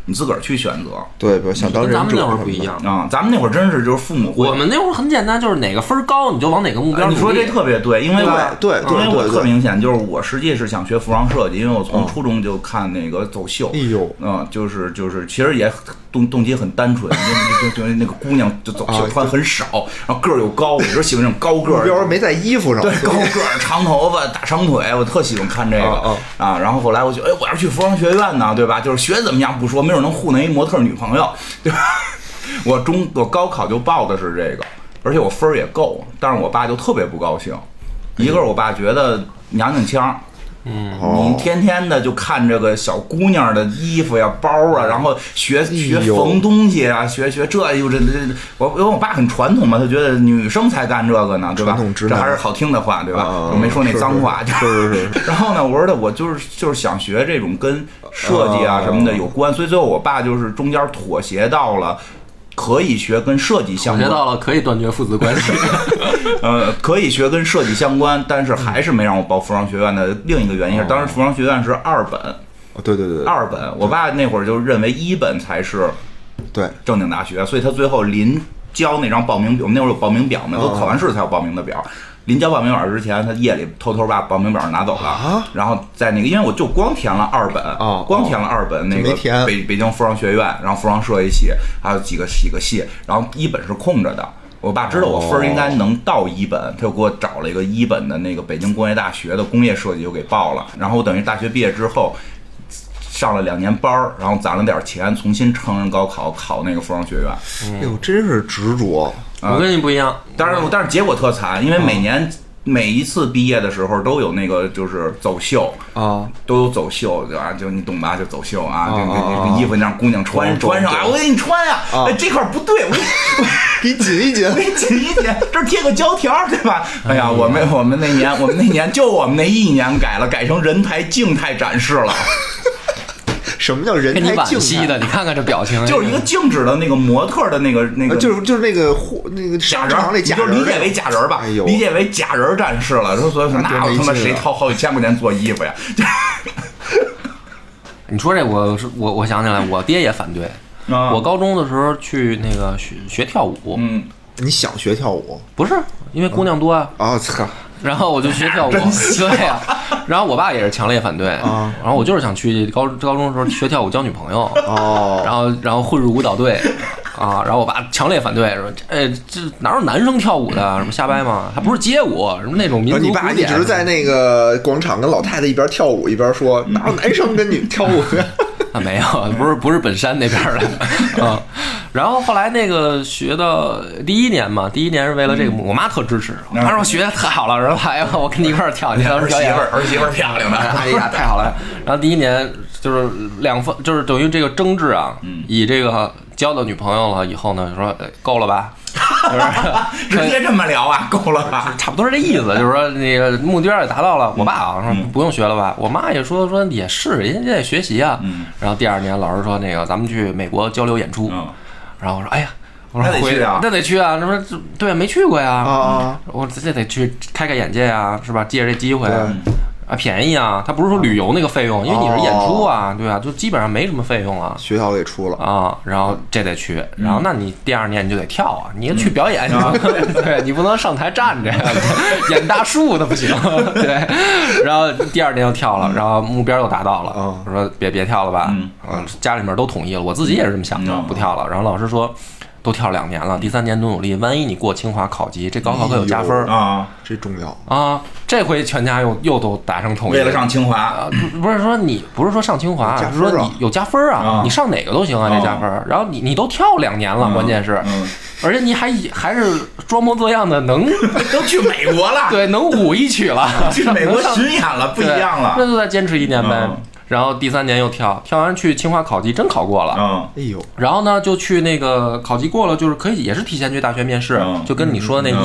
你自个儿去选择。 对，比如想当忍者， 咱们那会儿不一样啊，咱们那会儿真是就是父母会。 我们那会儿很简单，就是哪个分高你就往哪个目标努力。 你说这特别对，因为我对对， 因为我特明显，就是我实际是想学服装设计，因为我从初中就看那个走秀。 哎呦， 嗯，就是就是其实也动动机很单纯，就就就那个姑娘就走秀穿很少，然后个儿又高，我就喜欢这种高个儿。 目标没在衣服上。 对，高个儿、长头发、大长腿，我特喜欢看这个啊啊。然后后来我就哎，我要去服装学院呢，对吧？就是学怎么样不说，没准能糊弄一模特女朋友，对吧？我中我高考就报的是这个，而且我分儿也够，但是我爸就特别不高兴。一个是我爸觉得娘娘腔。嗯，你天天的就看这个小姑娘的衣服呀、包啊，然后学学缝东西啊，学学这又这这，我因为我爸很传统嘛，他觉得女生才干这个呢，对吧？这还是好听的话，对吧？ 啊、 我没说那脏话， 是是是。 然后呢，我说的我就是就是想学这种跟设计啊什么的有关，所以最后我爸就是中间妥协到了。可以学跟设计相关， 学到了可以断绝父子关系。 呃，可以学跟设计相关，但是还是没让我报服装学院的另一个原因是，当时服装学院是二本。 哦，对对对， 二本。我爸那会儿就认为一本才是对正经大学，所以他最后临交那张报名表，我们那会儿有报名表嘛，都考完试才有报名的表。临交报名表之前，他夜里偷偷把报名表拿走了， 啊、 然后在那个，因为我就光填了二本， 哦、 光填了二本那个北北京服装学院，然后服装设计系，还有几个几个系，然后一本是空着的。我爸知道我分应该能到一本，他就给我找了一个一本的那个北京工业大学的工业设计，就给报了。然后我等于大学毕业之后。上了两年班，然后攒了点钱，重新成人高考考那个服装学院。 哎呦，真是执着！ 我跟你不一样， 但是但是结果特惨，因为每年、嗯、每一次毕业的时候都有那个就是走秀啊， 都有走秀对吧？就你懂吧？就走秀啊，这个这衣服让姑娘穿穿上啊，我给你穿呀、啊，哎这块不对，我给你紧一紧， 给你紧一紧，这贴个胶条对吧？哎呀，我们我们那年我们那年就我们那一年改了，改成人台静态展示了。 什么叫人台静态的？你看看这表情， 就是一个静止的那个模特的那个那个， 就是就是那个那个假人， 那假人， 就理解为假人吧， 哎呦， 理解为假人展示了。说所以说，哪有他妈谁掏好几千块钱做衣服呀？ 你说这我是我我想起来，我爹也反对。 啊、 我高中的时候去那个学学跳舞， 嗯， 你想学跳舞？ 不是，因为姑娘多啊。 啊操！ 然后我就学跳舞，对呀、啊。然后我爸也是强烈反对啊。 然后我就是想去高高中的时候学跳舞交女朋友哦。 然后然后混入舞蹈队啊。然后我爸强烈反对，说：“哎，这哪有男生跳舞的？什么瞎掰吗？还不是街舞，什么那种民族古典。” 你爸一直在那个广场跟老太太一边跳舞一边说：“哪有男生跟你跳舞的？” 啊，没有，不是不是本山那边的啊。然后后来那个学到第一年嘛，第一年是为了这个，我妈特支持，我妈说学的太好了，然后来吧，我跟你一块儿跳，你当时表演， 儿媳妇儿漂亮的， 哎呀，太好了。然后第一年就是两分，就是等于这个争执啊，以这个交到女朋友了以后呢，说够了吧。 直接这么聊啊，够了吧？ 差不多是这意思，就是说那个目标也达到了。我爸啊说不用学了吧，我妈也说说也是，人家得学习啊。然后第二年老师说那个咱们去美国交流演出，然后我说哎呀，我说回啊， 那得去啊，什么对没去过呀？ 啊， 我这得去开开眼界啊，是吧？借着这机会。啊，便宜啊！他不是说旅游那个费用，因为你是演出啊，对吧？就基本上没什么费用了。 学校给出了啊，然后这得去，然后那你第二年你就得跳啊，你去表演，对你不能上台站着呀，演大树的不行。对，然后第二年又跳了，然后目标又达到了，我说别别跳了吧，嗯，家里面都同意了，我自己也是这么想的，不跳了。然后老师说。都跳两年了，第三年多努力，万一你过清华考级，这高考可有加分啊！ 这重要啊！这回全家又又都达成统一， 为了上清华啊！不是说你不是说上清华，是说你有加分啊！你上哪个都行啊，这加分。然后你你都跳两年了，关键是，而且你还还是装模作样的能都去美国了， 对，能舞一曲了， 去美国巡演了，不一样了， 那就再坚持一年呗。然后第三年又跳，跳完去清华考级，真考过了。 嗯， 哎呦， 然后呢，就去那个考级过了，就是可以也是提前去大学面试，就跟你说的那一样。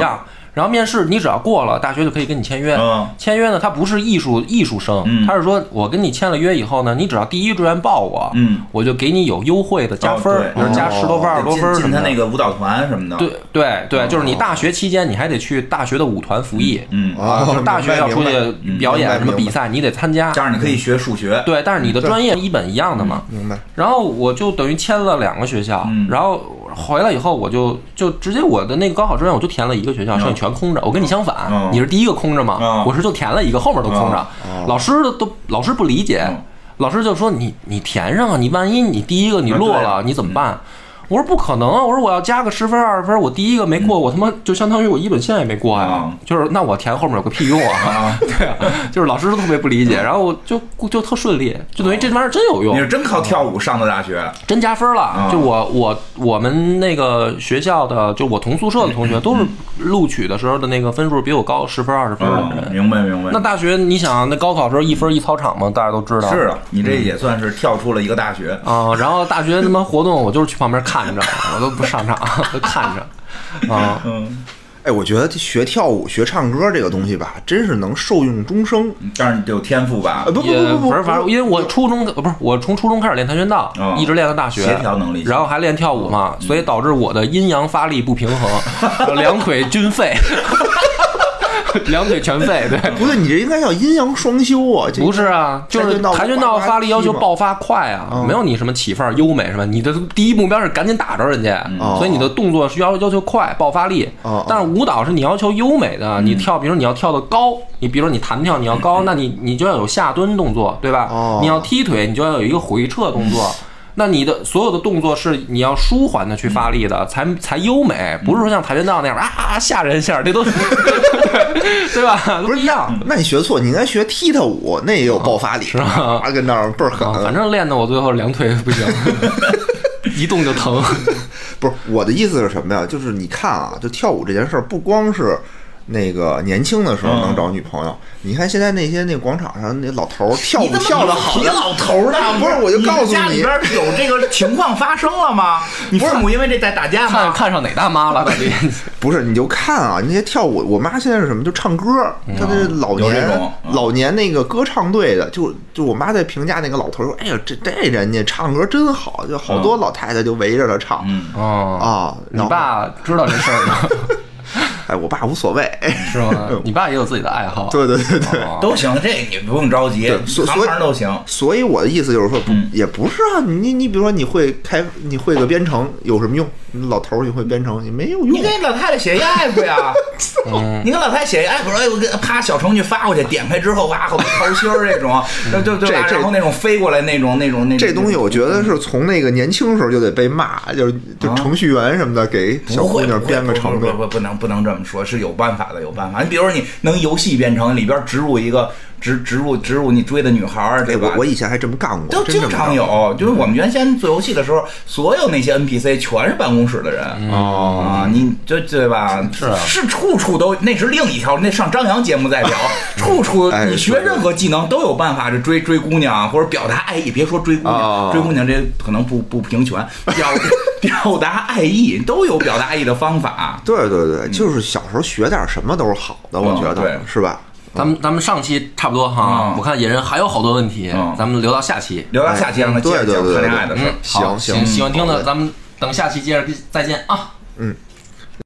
然后面试你只要过了，大学就可以跟你签约。 嗯、 签约呢，它不是艺术艺术生， 嗯、 它是说我跟你签了约以后呢，你只要第一志愿报我， 嗯， 我就给你有优惠的加分， 哦、 比如加十多分、二十多分什么的。 进他那个舞蹈团什么的。 对对对，就是你大学期间你还得去大学的舞团服役， 嗯啊，就是大学要出去表演什么比赛，你得参加。 加上你可以学数学。 对，但是你的专业一本一样的嘛。 明白。 然后我就等于签了两个学校， 嗯、 然后。回来以后，我就就直接我的那个高考志愿我就填了一个学校，剩下全空着。我跟你相反， 嗯、 你是第一个空着嘛， 嗯、 我是就填了一个，后面都空着。 嗯、 老师都老师不理解， 嗯、 老师就说你你填上啊，你万一你第一个你落了，你怎么办？我说不可能啊！我说我要加个十分二十分，我第一个没过，我他妈就相当于我一本线也没过呀、啊。 嗯、 就是那我填后面有个屁用啊！ 嗯、 对啊，就是老师都特别不理解，然后我就就特顺利，就等于这玩意儿真有用。 你是真靠跳舞上的大学， 真加分了。 嗯、 就我我我们那个学校的，就我同宿舍的同学都是录取的时候的那个分数比我高十分二十分的人、 嗯。明白明白。 那大学你想，那高考时候一分一操场嘛，大家都知道。 是啊，你这也算是跳出了一个大学啊、嗯。然后大学他妈活动，我就是去旁边看着，我都不上场，都看着。啊， 嗯， 哎，我觉得学跳舞、学唱歌这个东西吧，真是能受用终生。 但是你得有天赋吧？ 不不也不不不是，反正因为我初中不是我从初中开始练跆拳道， 哦、 一直练到大学， 协调能力， 然后还练跳舞嘛，嗯、所以导致我的阴阳发力不平衡，两腿均废。两腿全废，对， 不对，你这应该叫阴阳双修啊！ 不是啊，就是跆拳道发力要求爆发快啊， 嗯、 没有你什么起范优美什么，你的第一目标是赶紧打着人家， 嗯、 所以你的动作需要要求快，爆发力。 嗯、 但是舞蹈是你要求优美的， 嗯、 你跳，比如你要跳得高，你比如说你弹跳你要高， 嗯、 那你你就要有下蹲动作，对吧？ 哦、 你要踢腿，你就要有一个回撤动作。嗯那你的所有的动作是你要舒缓的去发力的，才才优美，不是说像跆拳道那样啊吓人一下，这都对吧？ 不是一样。 那你学错，你应该学踢踏舞，那也有爆发力， 是吧？ 跟那儿倍儿狠、 哦。反正练的我最后两腿不行，一动就疼。 不是我的意思是什么呀？就是你看啊，就跳舞这件事儿，不光是。那个年轻的时候能找女朋友，嗯、你看现在那些那广场上那老头跳舞跳的好， 你老头的不是？我就告诉你， 家里边有这个情况发生了吗？你父母因为这在打架吗？ 看看上哪大妈了？ 不是，你就看啊，那些跳舞，我妈现在是什么？就唱歌，她那老年、 嗯、 老年那个歌唱队的，就就我妈在评价那个老头说：“哎呀，这这人家唱歌真好，就好多老太太就围着他唱。 嗯” 哦啊， 你爸知道这事儿吗？ 哎，我爸无所谓， 是吗？你爸也有自己的爱好， 对对对对， 哦、都行，这你不用着急，行行都行。 所以我的意思就是说，不、 嗯、 也不是啊，你你比如说你会开，你会个编程有什么用？老头儿你会编程，你没有用。 你给老太太写一 app 呀， 嗯、 你给老太太写一 app，哎，我给啪小程序发过去，点开之后哇，好多桃心儿这种，就就就然后那种飞过来那种那种那种。 这东西我觉得是从那个年轻时候就得被骂，就是就程序员什么的给小姑娘编个程序， 不不不能不能这么说，是有办法的，有办法。你比如说你能游戏编程，里边植入一个。植植入植入你追的女孩儿，对吧？ 我我以前还这么干过， 都经常有。就是我们原先做游戏的时候，所有那些 N P C 全是办公室的人哦、 嗯、啊，你这对吧？ 是啊， 是处处都那是另一条，那上张扬节目在聊，处处你学任何技能都有办法，是追追姑娘或者表达爱意。别说追姑娘， 哦、 追姑娘这可能不不平权，表表达爱意都有表达爱意的方法。 对对对，就是小时候学点什么都是好的，我觉得、 嗯、对是吧？ 咱们咱们上期差不多哈， 嗯、 我看野人还有好多问题， 嗯、 咱们留到下期， 留到下期让他接着讲谈恋爱的事。 好， 行行， 喜欢听的咱们等下期接着再见啊。 嗯。